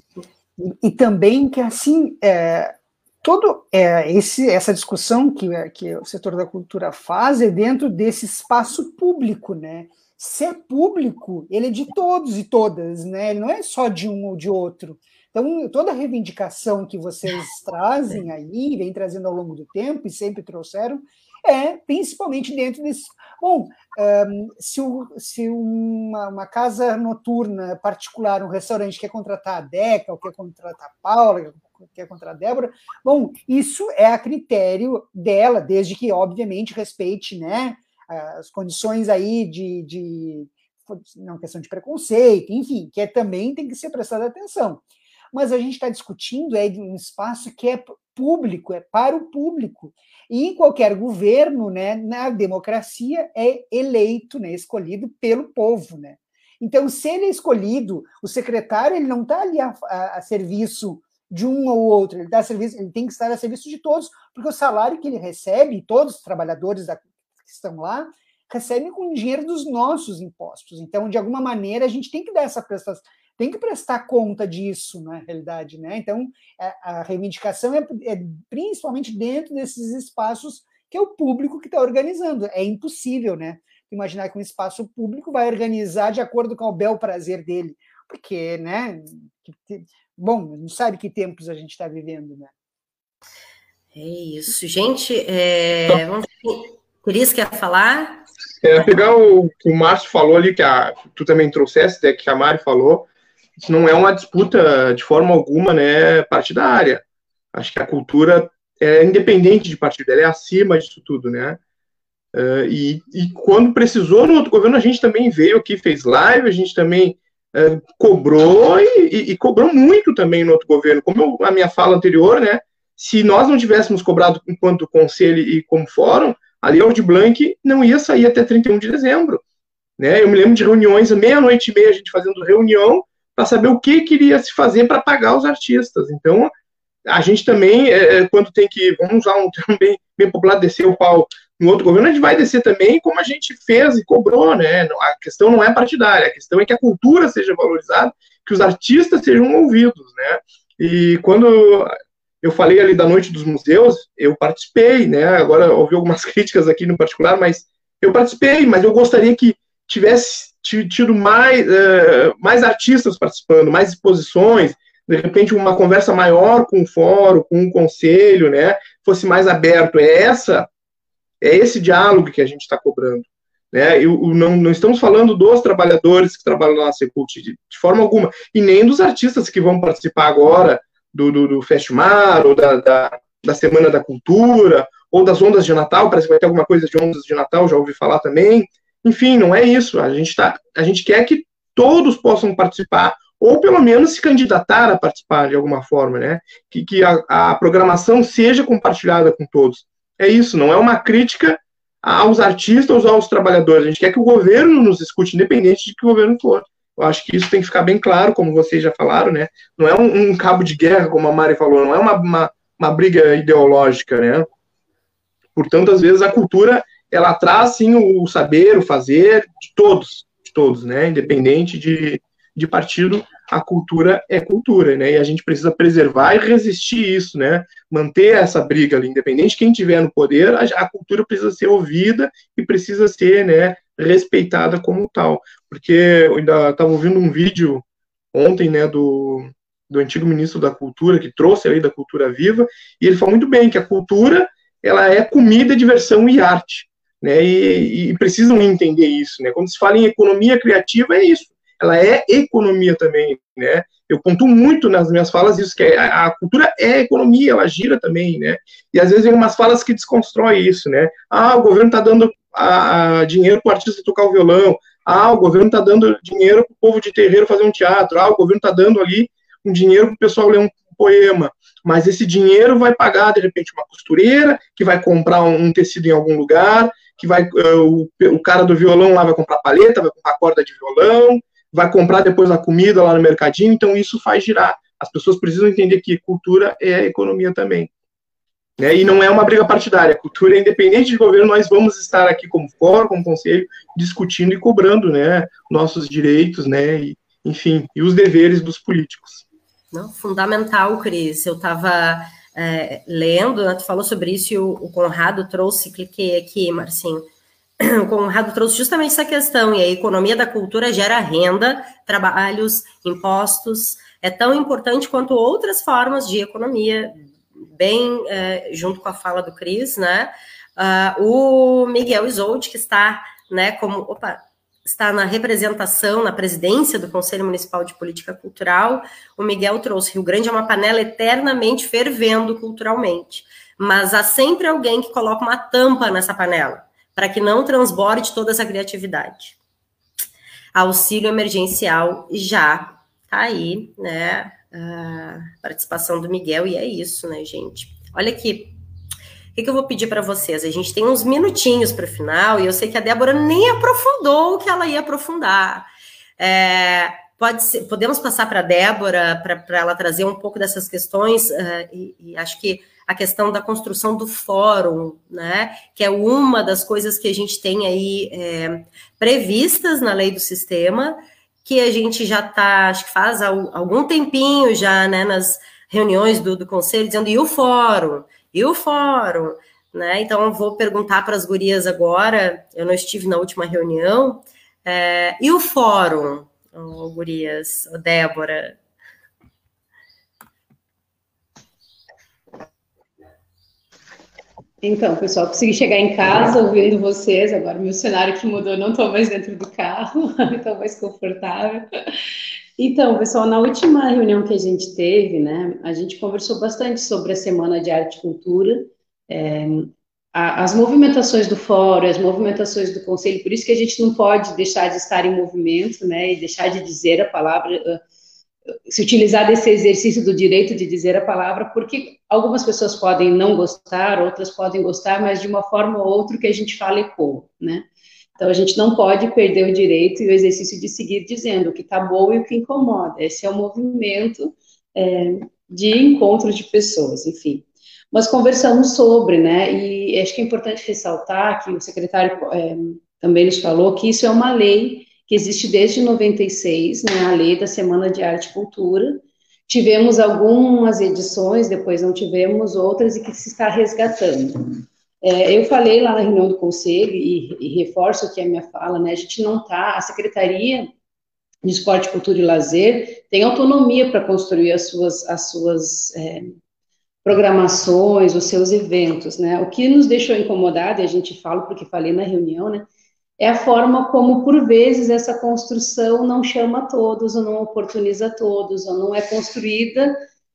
E, e também que, assim, é... Todo é, esse, essa discussão que, que o setor da cultura faz é dentro desse espaço público, né? Se é público, ele é de todos e todas, né? Ele não é só de um ou de outro. Então, toda a reivindicação que vocês trazem aí, vem trazendo ao longo do tempo e sempre trouxeram, é principalmente dentro desse... Bom, um, se, o, se uma, uma casa noturna particular, um restaurante quer contratar a Deca, ou quer contratar a Paula, quer contratar a Débora, bom, isso é a critério dela, desde que, obviamente, respeite, né, as condições aí de, de não questão de preconceito, enfim, que é, também tem que ser prestada atenção. Mas a gente está discutindo é de um espaço que é público, é para o público. E em qualquer governo, né, na democracia, é eleito, né, escolhido pelo povo, né? Então, se ele é escolhido, o secretário ele não está ali a, a, a serviço de um ou outro, ele, tá a serviço, ele tem que estar a serviço de todos, porque o salário que ele recebe, todos os trabalhadores da, que estão lá, recebem com o dinheiro dos nossos impostos. Então, de alguma maneira, a gente tem que dar essa prestação, tem que prestar conta disso, na realidade, né? Então, a, a reivindicação é, é principalmente dentro desses espaços que é o público que está organizando. É impossível, né? Imaginar que um espaço público vai organizar de acordo com o bel prazer dele, porque, né? Que, bom, não sabe que tempos a gente está vivendo, né? É isso, gente. É... Vamos... Cris, quer falar? É, pegar o que o Márcio falou ali, que a, tu também trouxesse, né, que a Mari falou, isso não é uma disputa de forma alguma, né, partidária. Acho que a cultura é independente de partido, ela é acima disso tudo, né? Uh, e, e quando precisou no outro governo, a gente também veio aqui, fez live, a gente também uh, cobrou e, e, e cobrou muito também no outro governo. Como eu, a minha fala anterior, né? Se nós não tivéssemos cobrado enquanto conselho e como fórum, a Lei Aldir Blanc não ia sair até trinta e um de dezembro. Né? Eu me lembro de reuniões, meia-noite e meia, a gente fazendo reunião para saber o que queria se fazer para pagar os artistas. Então, a gente também, é, quando tem que, vamos usar um termo bem, bem popular, descer o pau no outro governo, a gente vai descer também como a gente fez e cobrou, né? A questão não é partidária, a questão é que a cultura seja valorizada, que os artistas sejam ouvidos, né? E quando eu falei ali da Noite dos Museus, eu participei, né? Agora ouvi algumas críticas aqui no particular, mas eu participei, mas eu gostaria que tivesse tido mais, uh, mais artistas participando, mais exposições, de repente uma conversa maior com o fórum, com o conselho, né? Fosse mais aberto. É essa, é esse diálogo que a gente está cobrando, né? Eu, eu não, não estamos falando dos trabalhadores que trabalham na Secult de, de forma alguma, e nem dos artistas que vão participar agora do, do, do Festmar, ou da, da, da Semana da Cultura, ou das Ondas de Natal, parece que vai ter alguma coisa de Ondas de Natal, já ouvi falar também. Enfim, não é isso. A gente, tá, a gente quer que todos possam participar, ou pelo menos se candidatar a participar de alguma forma, né? Que, que a, a programação seja compartilhada com todos. É isso, não é uma crítica aos artistas ou aos trabalhadores. A gente quer que o governo nos escute, independente de que governo for. Eu acho que isso tem que ficar bem claro, como vocês já falaram, né? Não é um, um cabo de guerra, como a Mari falou, não é uma, uma, uma briga ideológica, né? Portanto, às vezes a cultura ela traz, sim, o saber, o fazer de todos, de todos, né? Independente de, de partido, a cultura é cultura, né? E a gente precisa preservar e resistir isso, né? Manter essa briga ali, independente de quem tiver no poder, a, a cultura precisa ser ouvida e precisa ser, né, respeitada como tal. Porque eu ainda estava ouvindo um vídeo ontem, né, do, do antigo ministro da Cultura, que trouxe a lei da cultura viva, e ele falou muito bem que a cultura, ela é comida, diversão e arte, né? E, e precisam entender isso, né? Quando se fala em economia criativa, é isso. Ela é economia também, né? Eu pontuo muito nas minhas falas isso, que a, a cultura é economia, ela gira também, né? E às vezes tem umas falas que desconstrói isso, né? Ah, o governo está dando a, a dinheiro para o artista tocar o violão. Ah, o governo está dando dinheiro para o povo de terreiro fazer um teatro. Ah, o governo está dando ali um dinheiro para o pessoal ler um poema. Mas esse dinheiro vai pagar, de repente, uma costureira, que vai comprar um, um tecido em algum lugar, que vai uh, o, o cara do violão lá vai comprar paleta, vai comprar corda de violão, vai comprar depois a comida lá no mercadinho, então isso faz girar. As pessoas precisam entender que cultura é economia também. Né? E não é uma briga partidária. A cultura é independente de governo, nós vamos estar aqui como fórum, como conselho, discutindo e cobrando, né, nossos direitos, né, e, enfim, e os deveres dos políticos. Não, fundamental, Cris. Eu estava é, lendo, né, tu falou sobre isso e o, o Conrado trouxe, cliquei aqui, Marcinho, o Conrado trouxe justamente essa questão, e a economia da cultura gera renda, trabalhos, impostos, é tão importante quanto outras formas de economia, bem é, junto com a fala do Cris, né? Uh, o Miguel Isolde, que está, né, como, opa, está na representação, na presidência do Conselho Municipal de Política Cultural, o Miguel trouxe, Rio Grande é uma panela eternamente fervendo culturalmente, mas há sempre alguém que coloca uma tampa nessa panela, para que não transborde toda essa criatividade. Auxílio emergencial já tá aí, né? A participação do Miguel, e é isso, né, gente? Olha aqui, o que, que eu vou pedir para vocês? A gente tem uns minutinhos para o final, e eu sei que a Débora nem aprofundou o que ela ia aprofundar. É, pode ser, podemos passar para a Débora, para ela trazer um pouco dessas questões, uh, e, e acho que a questão da construção do fórum, né, que é uma das coisas que a gente tem aí é, previstas na lei do sistema, que a gente já está, acho que faz algum tempinho já, né, nas reuniões do, do conselho, dizendo, e o fórum? E o fórum? Né? Então, eu vou perguntar para as gurias agora, eu não estive na última reunião, é, e o fórum, oh, gurias, oh, Débora? Então, pessoal, consegui chegar em casa ouvindo vocês, agora meu cenário que mudou, não estou mais dentro do carro, estou mais confortável. Então, pessoal, na última reunião que a gente teve, né, a gente conversou bastante sobre a Semana de Arte e Cultura, é, a, as movimentações do fórum, as movimentações do conselho, por isso que a gente não pode deixar de estar em movimento, né, e deixar de dizer a palavra, se utilizar desse exercício do direito de dizer a palavra, porque algumas pessoas podem não gostar, outras podem gostar, mas de uma forma ou outra que a gente fala ecoa, né? Então, a gente não pode perder o direito e o exercício de seguir dizendo o que está bom e o que incomoda. Esse é o movimento é, de encontro de pessoas, enfim. Mas conversamos sobre, né, e acho que é importante ressaltar que o secretário é, também nos falou que isso é uma lei que existe desde noventa e seis, né, a lei da Semana de Arte e Cultura. Tivemos algumas edições, depois não tivemos outras, e que se está resgatando. É, eu falei lá na reunião do conselho, e, e reforço aqui a minha fala, né, a gente não está, a Secretaria de Esporte, Cultura e Lazer tem autonomia para construir as suas, as suas é, programações, os seus eventos, né, o que nos deixou incomodado, e a gente fala porque falei na reunião, né, é a forma como, por vezes, essa construção não chama todos, ou não oportuniza todos, ou não é construída.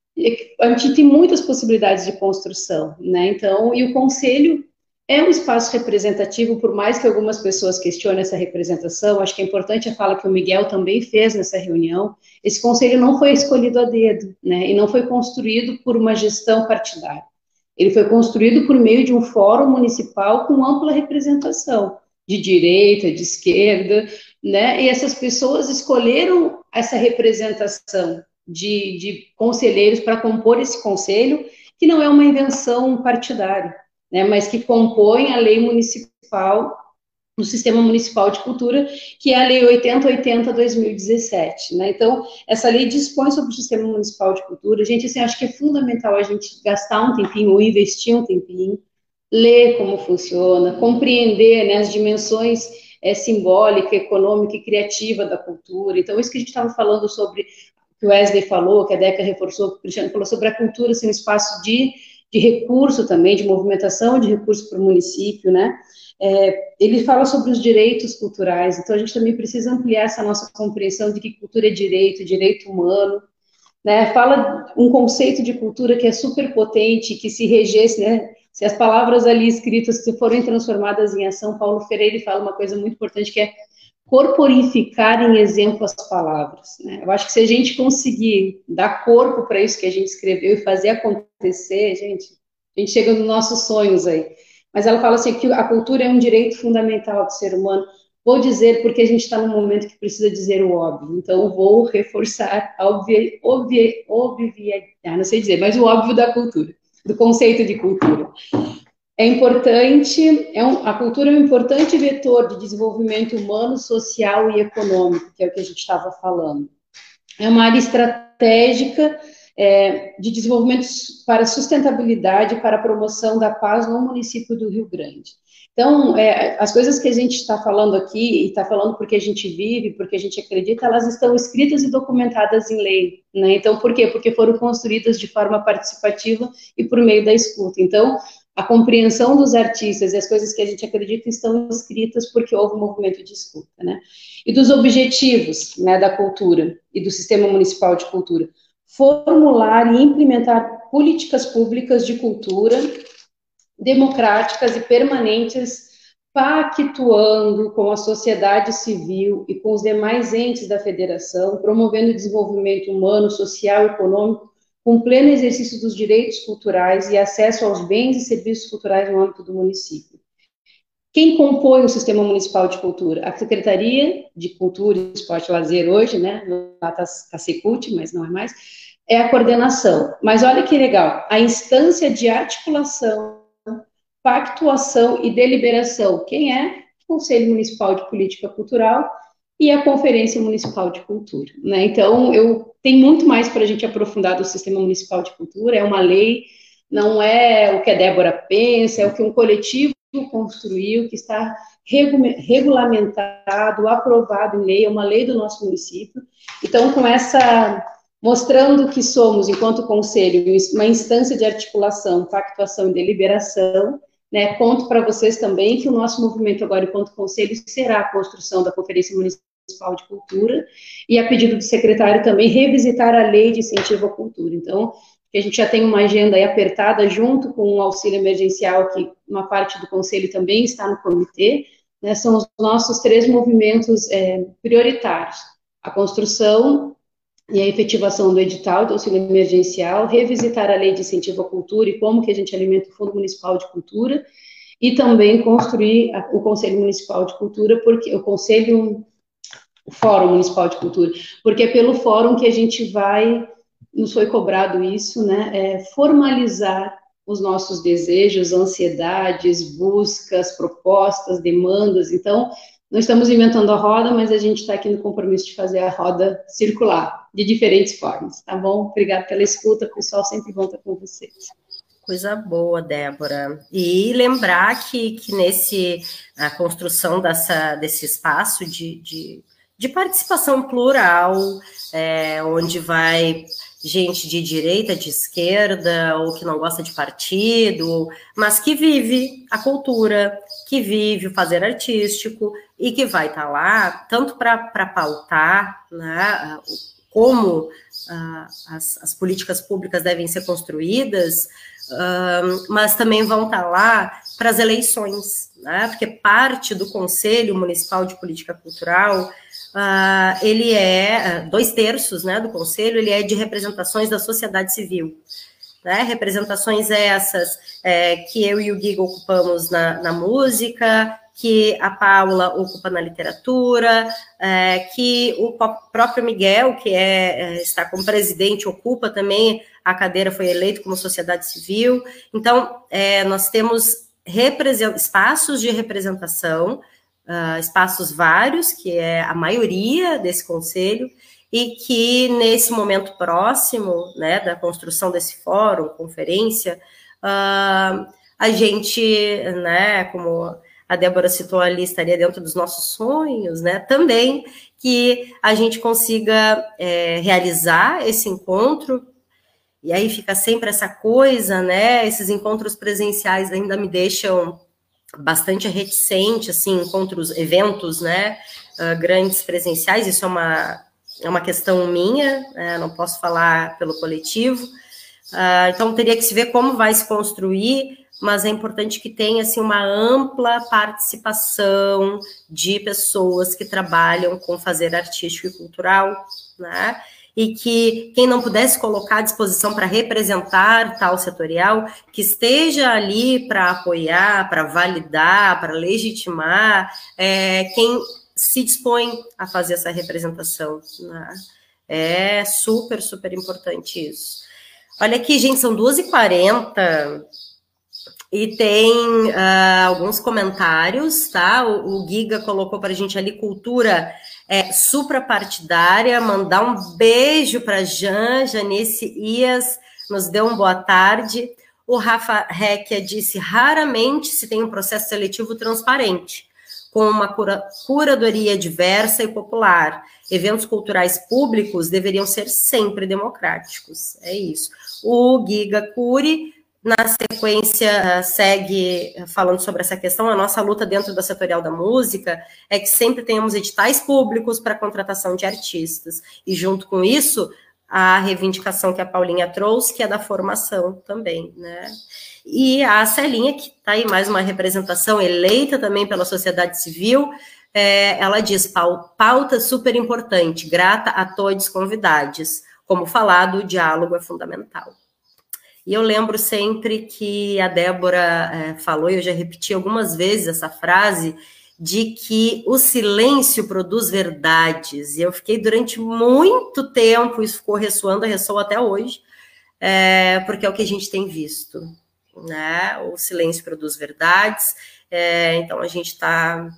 A gente tem muitas possibilidades de construção, né? Então, e o conselho é um espaço representativo, por mais que algumas pessoas questionem essa representação, acho que é importante a fala que o Miguel também fez nessa reunião, esse conselho não foi escolhido a dedo, né? E não foi construído por uma gestão partidária. Ele foi construído por meio de um fórum municipal com ampla representação, de direita, de esquerda, né? E essas pessoas escolheram essa representação de, de conselheiros para compor esse conselho, que não é uma invenção partidária, né, mas que compõem a lei municipal, no Sistema Municipal de Cultura, que é a Lei oitenta oitenta barra dois mil e dezessete, né? Então, essa lei dispõe sobre o Sistema Municipal de Cultura. Gente, assim, acho que é fundamental a gente gastar um tempinho, ou investir um tempinho, ler como funciona, compreender, né, as dimensões é, simbólica, econômica e criativa da cultura. Então, isso que a gente estava falando sobre, que o Wesley falou, que a Deca reforçou, que o Cristiano falou sobre a cultura ser um espaço de, de recurso também, de movimentação de recurso para o município, né? É, ele fala sobre os direitos culturais, então a gente também precisa ampliar essa nossa compreensão de que cultura é direito, direito humano, né? Fala um conceito de cultura que é super potente, que se regesse, né? Se as palavras ali escritas se forem transformadas em ação, Paulo Freire fala uma coisa muito importante, que é corporificar em exemplo as palavras, né? Eu acho que se a gente conseguir dar corpo para isso que a gente escreveu e fazer acontecer, gente, a gente chega nos nossos sonhos aí. Mas ela fala assim que a cultura é um direito fundamental do ser humano. Vou dizer porque a gente está num momento que precisa dizer o óbvio. Então, vou reforçar a obvi, obvi, obvi, ah, não sei dizer, mas o óbvio da cultura, do conceito de cultura. É importante, é um, a cultura é um importante vetor de desenvolvimento humano, social e econômico, que é o que a gente estava falando. É uma área estratégica É, de desenvolvimento para sustentabilidade, para a promoção da paz no município do Rio Grande. Então, é, as coisas que a gente está falando aqui, e está falando porque a gente vive, porque a gente acredita, elas estão escritas e documentadas em lei, né? Então, por quê? Porque foram construídas de forma participativa e por meio da escuta. Então, a compreensão dos artistas e as coisas que a gente acredita estão escritas porque houve um movimento de escuta, né? E dos objetivos, né, da cultura e do Sistema Municipal de Cultura. Formular e implementar políticas públicas de cultura democráticas e permanentes, pactuando com a sociedade civil e com os demais entes da federação, promovendo o desenvolvimento humano, social e econômico, com pleno exercício dos direitos culturais e acesso aos bens e serviços culturais no âmbito do município. Quem compõe o Sistema Municipal de Cultura? A Secretaria de Cultura, Esporte e Lazer hoje, né, lá está a Secult, mas não é mais, é a coordenação. Mas olha que legal, a instância de articulação, pactuação e deliberação, quem é? O Conselho Municipal de Política Cultural e a Conferência Municipal de Cultura, né? Então, eu tem muito mais para a gente aprofundar do Sistema Municipal de Cultura, é uma lei, não é o que a Débora pensa, é o que um coletivo construiu, que está regulamentado, aprovado em lei, é uma lei do nosso município. Então, com essa, mostrando que somos, enquanto conselho, uma instância de articulação, pactuação e deliberação, né, conto para vocês também que o nosso movimento agora, enquanto conselho, será a construção da Conferência Municipal de Cultura e, a pedido do secretário, também revisitar a lei de incentivo à cultura. Então, que a gente já tem uma agenda aí apertada junto com o auxílio emergencial, que uma parte do conselho também está no comitê, né, são os nossos três movimentos é, prioritários: a construção e a efetivação do edital do auxílio emergencial, revisitar a lei de incentivo à cultura e como que a gente alimenta o Fundo Municipal de Cultura, e também construir a, o Conselho Municipal de Cultura, porque o Conselho, o Fórum Municipal de Cultura, porque é pelo Fórum que a gente vai, nos foi cobrado isso, né, é, formalizar os nossos desejos, ansiedades, buscas, propostas, demandas. Então, não estamos inventando a roda, mas a gente está aqui no compromisso de fazer a roda circular, de diferentes formas, tá bom? Obrigada pela escuta, pessoal, sempre bom estar com vocês. Coisa boa, Débora. E lembrar que, que nesse, a construção dessa, desse espaço de, de, de participação plural, é, onde vai gente de direita, de esquerda, ou que não gosta de partido, mas que vive a cultura, que vive o fazer artístico e que vai estar lá tanto para pautar, né, como uh, as, as políticas públicas devem ser construídas, uh, mas também vão estar lá para as eleições, né, porque parte do Conselho Municipal de Política Cultural, Uh, ele é, uh, dois terços, né, do conselho, ele é de representações da sociedade civil, né, representações essas é, que eu e o Giga ocupamos na, na música, que a Paula ocupa na literatura, é, que o próprio Miguel, que é, está como presidente, ocupa também a cadeira, foi eleito como sociedade civil. Então, é, nós temos espaços de representação, uh, espaços vários, que é a maioria desse conselho, e que nesse momento próximo, né, da construção desse fórum, conferência, uh, a gente, né, como a Débora citou ali, estaria dentro dos nossos sonhos, né, também que a gente consiga é, realizar esse encontro. E aí fica sempre essa coisa, né? Esses encontros presenciais ainda me deixam bastante reticente, assim, encontros, eventos, né? Uh, grandes presenciais, isso é uma, é uma questão minha, né? Não posso falar pelo coletivo. Uh, então, teria que se ver como vai se construir, mas é importante que tenha, assim, uma ampla participação de pessoas que trabalham com fazer artístico e cultural, né? E que quem não pudesse colocar à disposição para representar tal setorial, que esteja ali para apoiar, para validar, para legitimar é, quem se dispõe a fazer essa representação, né? É super, super importante isso. Olha aqui, gente, são duas e quarenta e tem uh, alguns comentários, tá? O, o Giga colocou para a gente ali cultura é, suprapartidária, mandar um beijo para Jan, Janice Ias, nos deu um boa tarde. O Rafa Requia disse, raramente se tem um processo seletivo transparente, com uma cura, curadoria diversa e popular. Eventos culturais públicos deveriam ser sempre democráticos. É isso. O Giga Curi, na sequência, segue falando sobre essa questão. A nossa luta dentro da setorial da música é que sempre tenhamos editais públicos para contratação de artistas. E, junto com isso, a reivindicação que a Paulinha trouxe, que é da formação também, né? E a Celinha, que está aí mais uma representação eleita também pela sociedade civil, é, ela diz, pauta super importante, grata a todos os convidados. Como falado, o diálogo é fundamental. E eu lembro sempre que a Débora é, falou, e eu já repeti algumas vezes essa frase, de que o silêncio produz verdades. E eu fiquei durante muito tempo, isso ficou ressoando, ressoa até hoje, é, porque é o que a gente tem visto, né? O silêncio produz verdades, é, então a gente está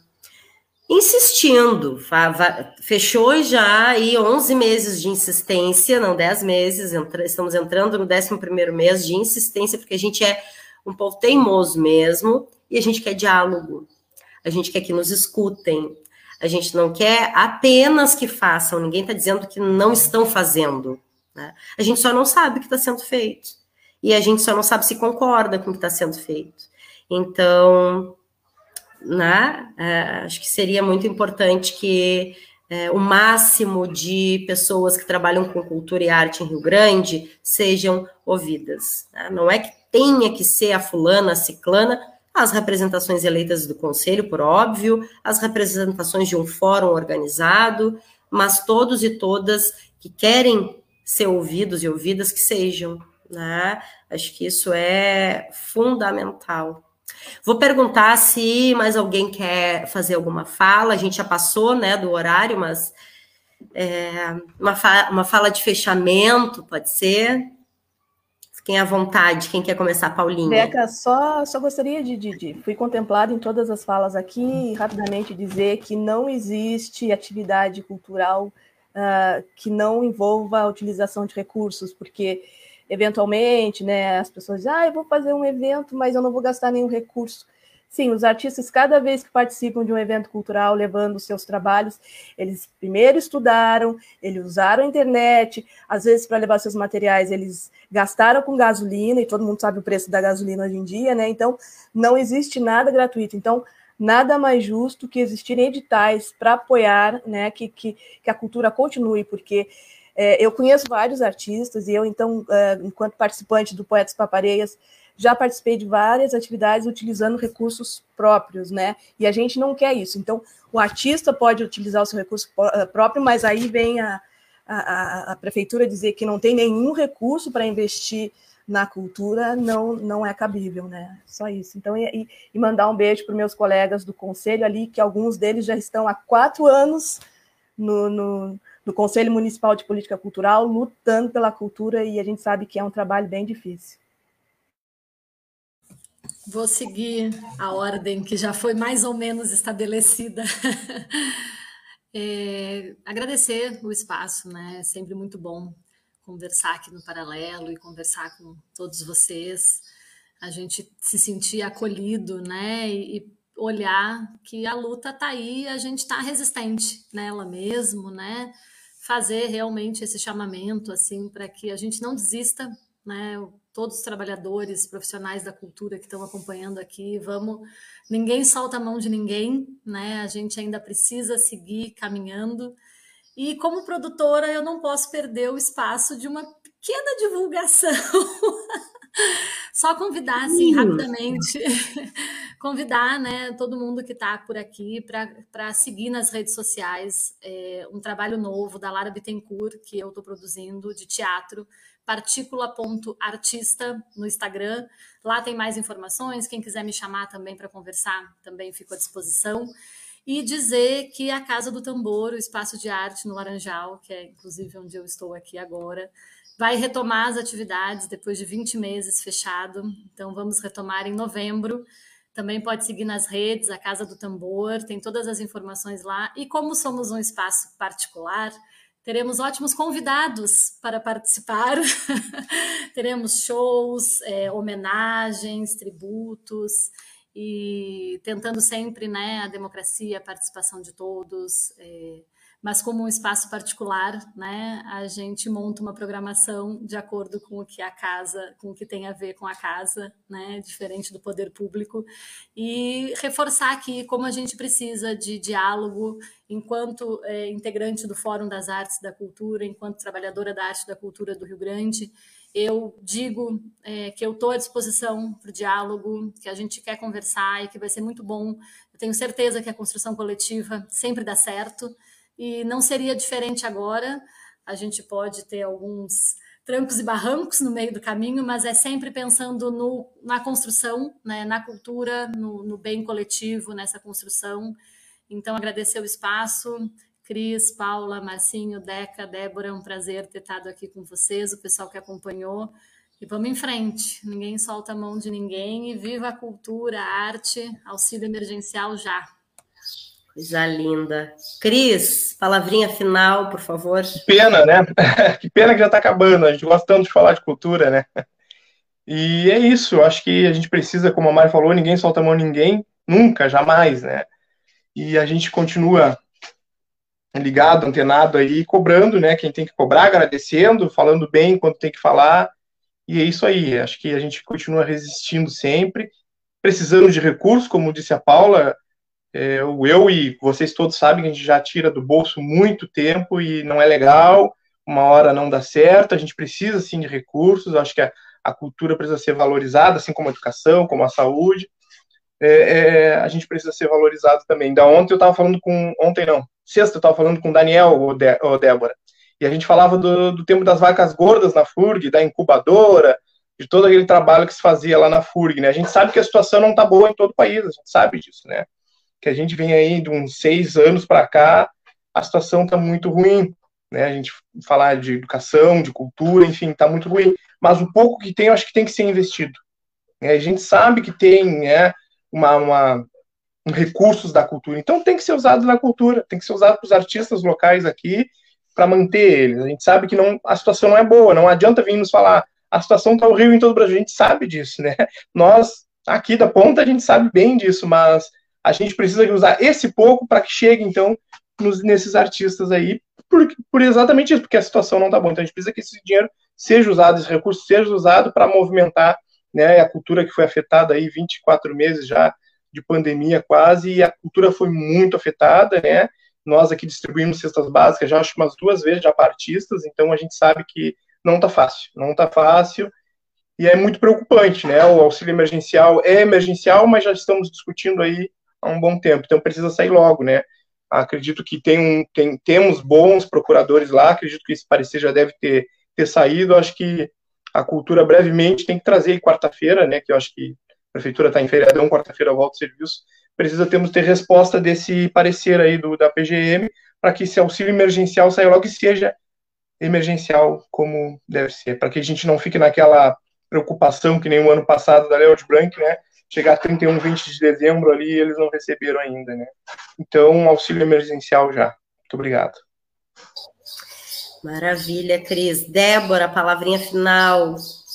insistindo, fechou já aí onze meses de insistência, não dez meses, entra, estamos entrando no décimo primeiro mês de insistência, porque a gente é um povo teimoso mesmo, e a gente quer diálogo, a gente quer que nos escutem, a gente não quer apenas que façam, ninguém está dizendo que não estão fazendo, né? A gente só não sabe o que está sendo feito, e a gente só não sabe se concorda com o que está sendo feito. Então, né? É, acho que seria muito importante que é, o máximo de pessoas que trabalham com cultura e arte em Rio Grande sejam ouvidas, né? Não é que tenha que ser a fulana, a ciclana, as representações eleitas do conselho, por óbvio, as representações de um fórum organizado, mas todos e todas que querem ser ouvidos e ouvidas, que sejam, né? Acho que isso é fundamental. Vou perguntar se mais alguém quer fazer alguma fala. A gente já passou, né, do horário, mas é, uma, fa uma fala de fechamento, pode ser? Fiquem à vontade, quem quer começar, Paulinha? Deca, só, só gostaria de, de, de... Fui contemplada em todas as falas aqui, e rapidamente dizer que não existe atividade cultural uh, que não envolva a utilização de recursos, porque eventualmente, né, as pessoas dizem, ah, eu vou fazer um evento, mas eu não vou gastar nenhum recurso. Sim, os artistas, cada vez que participam de um evento cultural, levando os seus trabalhos, eles primeiro estudaram, eles usaram a internet, às vezes para levar seus materiais, eles gastaram com gasolina, e todo mundo sabe o preço da gasolina hoje em dia, né? Então, não existe nada gratuito. Então, nada mais justo que existirem editais para apoiar, né, que, que, que a cultura continue, porque eu conheço vários artistas e eu, então, enquanto participante do Poetas Papareias, já participei de várias atividades utilizando recursos próprios, né? E a gente não quer isso. Então, o artista pode utilizar o seu recurso próprio, mas aí vem a, a, a prefeitura dizer que não tem nenhum recurso para investir na cultura, não, não é cabível, né? Só isso. Então, e, e mandar um beijo para os meus colegas do conselho ali, que alguns deles já estão há quatro anos no... no do Conselho Municipal de Política Cultural, lutando pela cultura, e a gente sabe que é um trabalho bem difícil. Vou seguir a ordem que já foi mais ou menos estabelecida. É, agradecer o espaço, né? É sempre muito bom conversar aqui no Paralelo e conversar com todos vocês. A gente se sentir acolhido, né? E, e olhar que a luta está aí, a gente está resistente nela mesmo, né? Fazer realmente esse chamamento, assim, para que a gente não desista, né? Todos os trabalhadores, profissionais da cultura que estão acompanhando aqui, vamos, ninguém solta a mão de ninguém, né? A gente ainda precisa seguir caminhando. E como produtora, eu não posso perder o espaço de uma pequena divulgação. Só convidar, assim, rapidamente, convidar, né, todo mundo que está por aqui para seguir nas redes sociais é, um trabalho novo da Lara Bittencourt, que eu estou produzindo, de teatro, partícula ponto artista no Instagram. Lá tem mais informações, quem quiser me chamar também para conversar, também fico à disposição. E dizer que a Casa do Tambor, o espaço de arte no Laranjal, que é inclusive onde eu estou aqui agora, vai retomar as atividades depois de vinte meses fechado. Então vamos retomar em novembro. Também pode seguir nas redes, a Casa do Tambor, tem todas as informações lá. E como somos um espaço particular, teremos ótimos convidados para participar. Teremos shows, é, homenagens, tributos, e tentando sempre, né, a democracia, a participação de todos, é, mas como um espaço particular, né, a gente monta uma programação de acordo com o que a casa, com o que tem a ver com a casa, né, diferente do poder público, e reforçar aqui como a gente precisa de diálogo enquanto é, integrante do Fórum das Artes e da Cultura, enquanto trabalhadora da arte e da cultura do Rio Grande. Eu digo é, que eu estou à disposição para o diálogo, que a gente quer conversar e que vai ser muito bom. Eu tenho certeza que a construção coletiva sempre dá certo, e não seria diferente agora. A gente pode ter alguns trancos e barrancos no meio do caminho, mas é sempre pensando no, na construção, né, na cultura, no, no bem coletivo, nessa construção. Então, agradecer o espaço. Cris, Paula, Marcinho, Deca, Débora, é um prazer ter estado aqui com vocês, o pessoal que acompanhou. E vamos em frente, ninguém solta a mão de ninguém, e viva a cultura, a arte, auxílio emergencial já. Coisa linda. Cris, palavrinha final, por favor. Que pena, né? Que pena que já está acabando, a gente gosta tanto de falar de cultura, né? E é isso, eu acho que a gente precisa, como a Mari falou, ninguém solta a mão de ninguém, nunca, jamais, né? E a gente continua ligado, antenado aí, cobrando, né, quem tem que cobrar, agradecendo, falando bem quando tem que falar, e é isso aí, acho que a gente continua resistindo sempre, precisando de recursos, como disse a Paula, é, eu e vocês todos sabem que a gente já tira do bolso muito tempo e não é legal, uma hora não dá certo, a gente precisa sim de recursos, acho que a, a cultura precisa ser valorizada, assim como a educação, como a saúde, é, é, a gente precisa ser valorizado também. Da ontem eu estava falando com, ontem não, sexta eu estava falando com o Daniel, ou, De, ou Débora, e a gente falava do, do tempo das vacas gordas na F U R G, da incubadora, de todo aquele trabalho que se fazia lá na F U R G, né? A gente sabe que a situação não está boa em todo o país, a gente sabe disso, né? Que a gente vem aí de uns seis anos para cá, a situação está muito ruim, né? A gente falar de educação, de cultura, enfim, está muito ruim, mas o pouco que tem, eu acho que tem que ser investido. Né? A gente sabe que tem, né, uma... uma recursos da cultura, então tem que ser usado na cultura, tem que ser usado para os artistas locais aqui, para manter eles. A gente sabe que não, a situação não é boa, não adianta vir nos falar, a situação está horrível em todo o Brasil, a gente sabe disso, né? Nós, aqui da ponta, a gente sabe bem disso, mas a gente precisa usar esse pouco para que chegue, então, nos, nesses artistas aí, por, por exatamente isso, porque a situação não está boa. Então a gente precisa que esse dinheiro seja usado, esse recurso seja usado para movimentar, né, a cultura que foi afetada aí vinte e quatro meses já, de pandemia quase, e a cultura foi muito afetada, né? Nós aqui distribuímos cestas básicas já acho umas duas vezes já para artistas, então a gente sabe que não tá fácil, não tá fácil, e é muito preocupante, né? O auxílio emergencial é emergencial, mas já estamos discutindo aí há um bom tempo, então precisa sair logo, né? Acredito que tem um, tem, temos bons procuradores lá, acredito que esse parecer já deve ter, ter saído, acho que a cultura brevemente tem que trazer quarta-feira, né? Que eu acho que a prefeitura está em feriadão, quarta-feira volta ao serviço, precisa termos ter resposta desse parecer aí do, da P G M, para que esse auxílio emergencial saia logo e seja emergencial como deve ser, para que a gente não fique naquela preocupação que nem o ano passado da Léo de Blanc, né, chegar a trinta e um, vinte de dezembro ali, eles não receberam ainda, né? Então, auxílio emergencial já. Muito obrigado. Maravilha, Cris. Débora, palavrinha final.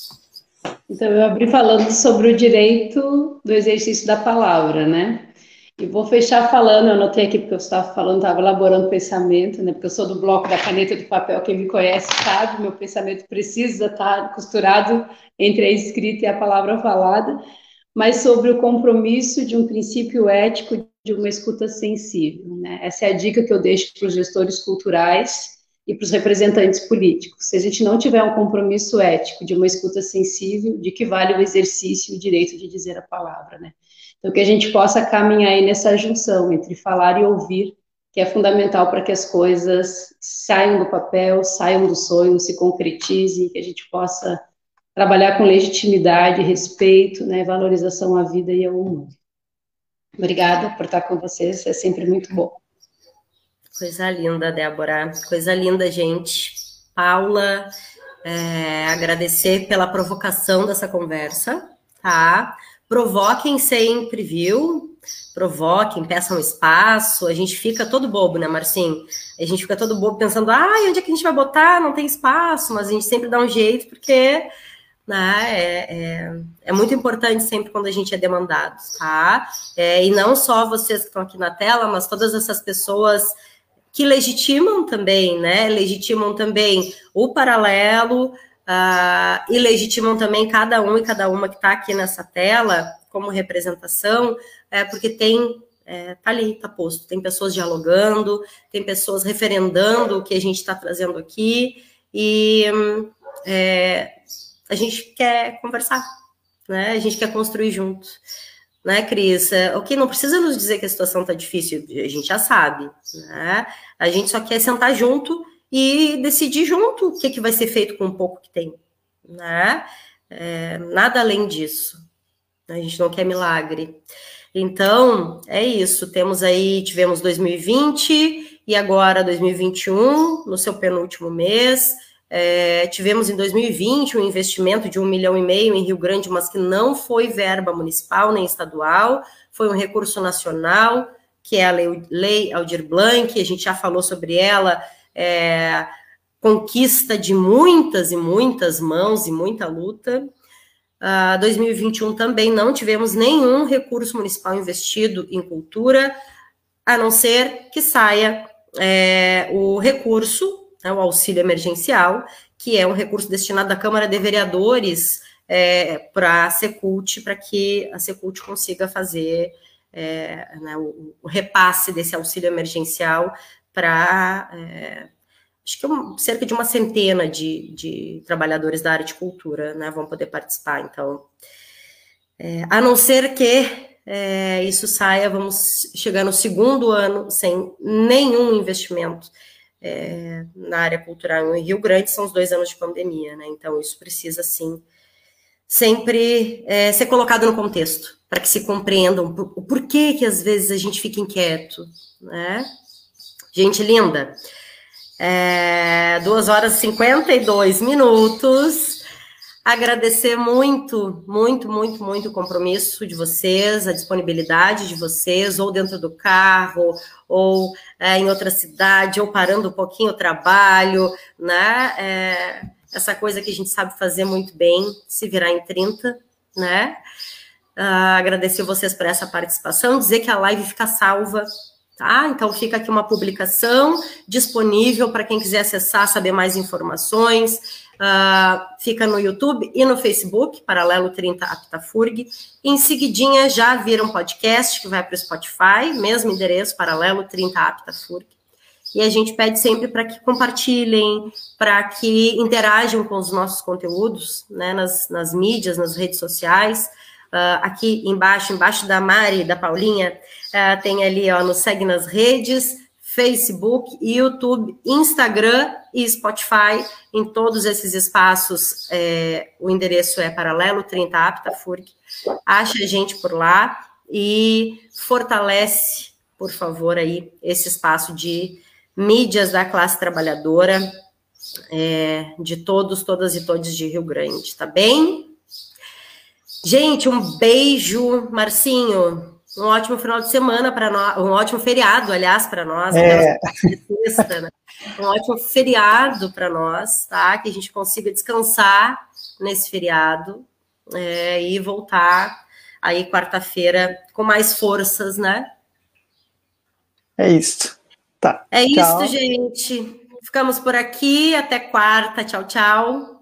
Então, eu abri falando sobre o direito do exercício da palavra, né? E vou fechar falando, eu anotei aqui porque eu estava falando, estava elaborando pensamento, né? Porque eu sou do bloco da caneta e do papel, quem me conhece sabe, meu pensamento precisa estar costurado entre a escrita e a palavra falada, mas sobre o compromisso de um princípio ético de uma escuta sensível, né? Essa é a dica que eu deixo para os gestores culturais e para os representantes políticos. Se a gente não tiver um compromisso ético de uma escuta sensível, de que vale o exercício e o direito de dizer a palavra, né? Então, que a gente possa caminhar aí nessa junção entre falar e ouvir, que é fundamental para que as coisas saiam do papel, saiam do sonho, se concretizem, que a gente possa trabalhar com legitimidade, respeito, né, valorização à vida e ao mundo. Obrigada por estar com vocês, é sempre muito bom. Coisa linda, Débora. Coisa linda, gente. Paula, é, agradecer pela provocação dessa conversa, tá? Provoquem sempre, viu? Provoquem, peçam espaço. A gente fica todo bobo, né, Marcinho? A gente fica todo bobo pensando, ah, onde é que a gente vai botar? Não tem espaço, mas a gente sempre dá um jeito, porque... Né, é, é, é muito importante sempre quando a gente é demandado, tá? É, e não só vocês que estão aqui na tela, mas todas essas pessoas que legitimam também, né? Legitimam também o Paralelo uh, e legitimam também cada um e cada uma que está aqui nessa tela como representação, é, porque tem, é, tá ali, tá posto, tem pessoas dialogando, tem pessoas referendando o que a gente está trazendo aqui e é, a gente quer conversar, né? A gente quer construir junto, né, Cris? O que não precisa nos dizer que a situação está difícil, a gente já sabe, né? A gente só quer sentar junto e decidir junto o que, que vai ser feito com o pouco que tem, né? É, nada além disso. A gente não quer milagre. Então, é isso. Temos aí, tivemos dois mil e vinte e agora dois mil e vinte e um, no seu penúltimo mês. É, tivemos em dois mil e vinte um investimento de um milhão e meio em Rio Grande, mas que não foi verba municipal nem estadual, foi um recurso nacional, que é a Lei, Lei Aldir Blanc, a gente já falou sobre ela, é, conquista de muitas e muitas mãos e muita luta. Uh, dois mil e vinte e um também não tivemos nenhum recurso municipal investido em cultura, a não ser que saia é, o recurso, o auxílio emergencial, que é um recurso destinado à Câmara de Vereadores é, para a Secult, para que a Secult consiga fazer é, né, o, o repasse desse auxílio emergencial para, é, acho que um, cerca de uma centena de, de trabalhadores da área de cultura, né, vão poder participar. Então, é, a não ser que é, isso saia, vamos chegar no segundo ano sem nenhum investimento É, na área cultural em Rio Grande, são os dois anos de pandemia, né? Então, isso precisa, sim, sempre é, ser colocado no contexto, para que se compreendam o porquê que, às vezes, a gente fica inquieto, né? Gente linda, é, duas horas e cinquenta e dois minutos, agradecer muito, muito, muito, muito o compromisso de vocês, a disponibilidade de vocês, ou dentro do carro, ou é, em outra cidade, ou parando um pouquinho o trabalho, né? É, essa coisa que a gente sabe fazer muito bem, se virar em trinta, né? Ah, agradecer vocês por essa participação, dizer que a live fica salva, tá? Então fica aqui uma publicação disponível para quem quiser acessar, saber mais informações. Uh, fica no YouTube e no Facebook, Paralelo trinta Aptafurg. Em seguidinha já vira um podcast que vai para o Spotify, mesmo endereço, Paralelo trinta Aptafurg. E a gente pede sempre para que compartilhem, para que interajam com os nossos conteúdos, né, nas, nas mídias, nas redes sociais. Uh, aqui embaixo, embaixo da Mari e da Paulinha, uh, tem ali, ó, nos segue nas redes, Facebook, YouTube, Instagram e Spotify. Em todos esses espaços, é, o endereço é Paralelo trinta Aptafurg. Acha a gente por lá e fortalece, por favor, aí, esse espaço de mídias da classe trabalhadora, é, de todos, todas e todos de Rio Grande, tá bem? Gente, um beijo, Marcinho. Um ótimo final de semana para nós, um ótimo feriado, aliás, para nós. É. Sexta, né? Um ótimo feriado para nós, tá? Que a gente consiga descansar nesse feriado é, e voltar aí quarta-feira com mais forças, né? É isso. Tá. É Tchau. isso, gente. Ficamos por aqui. Até quarta. Tchau, tchau.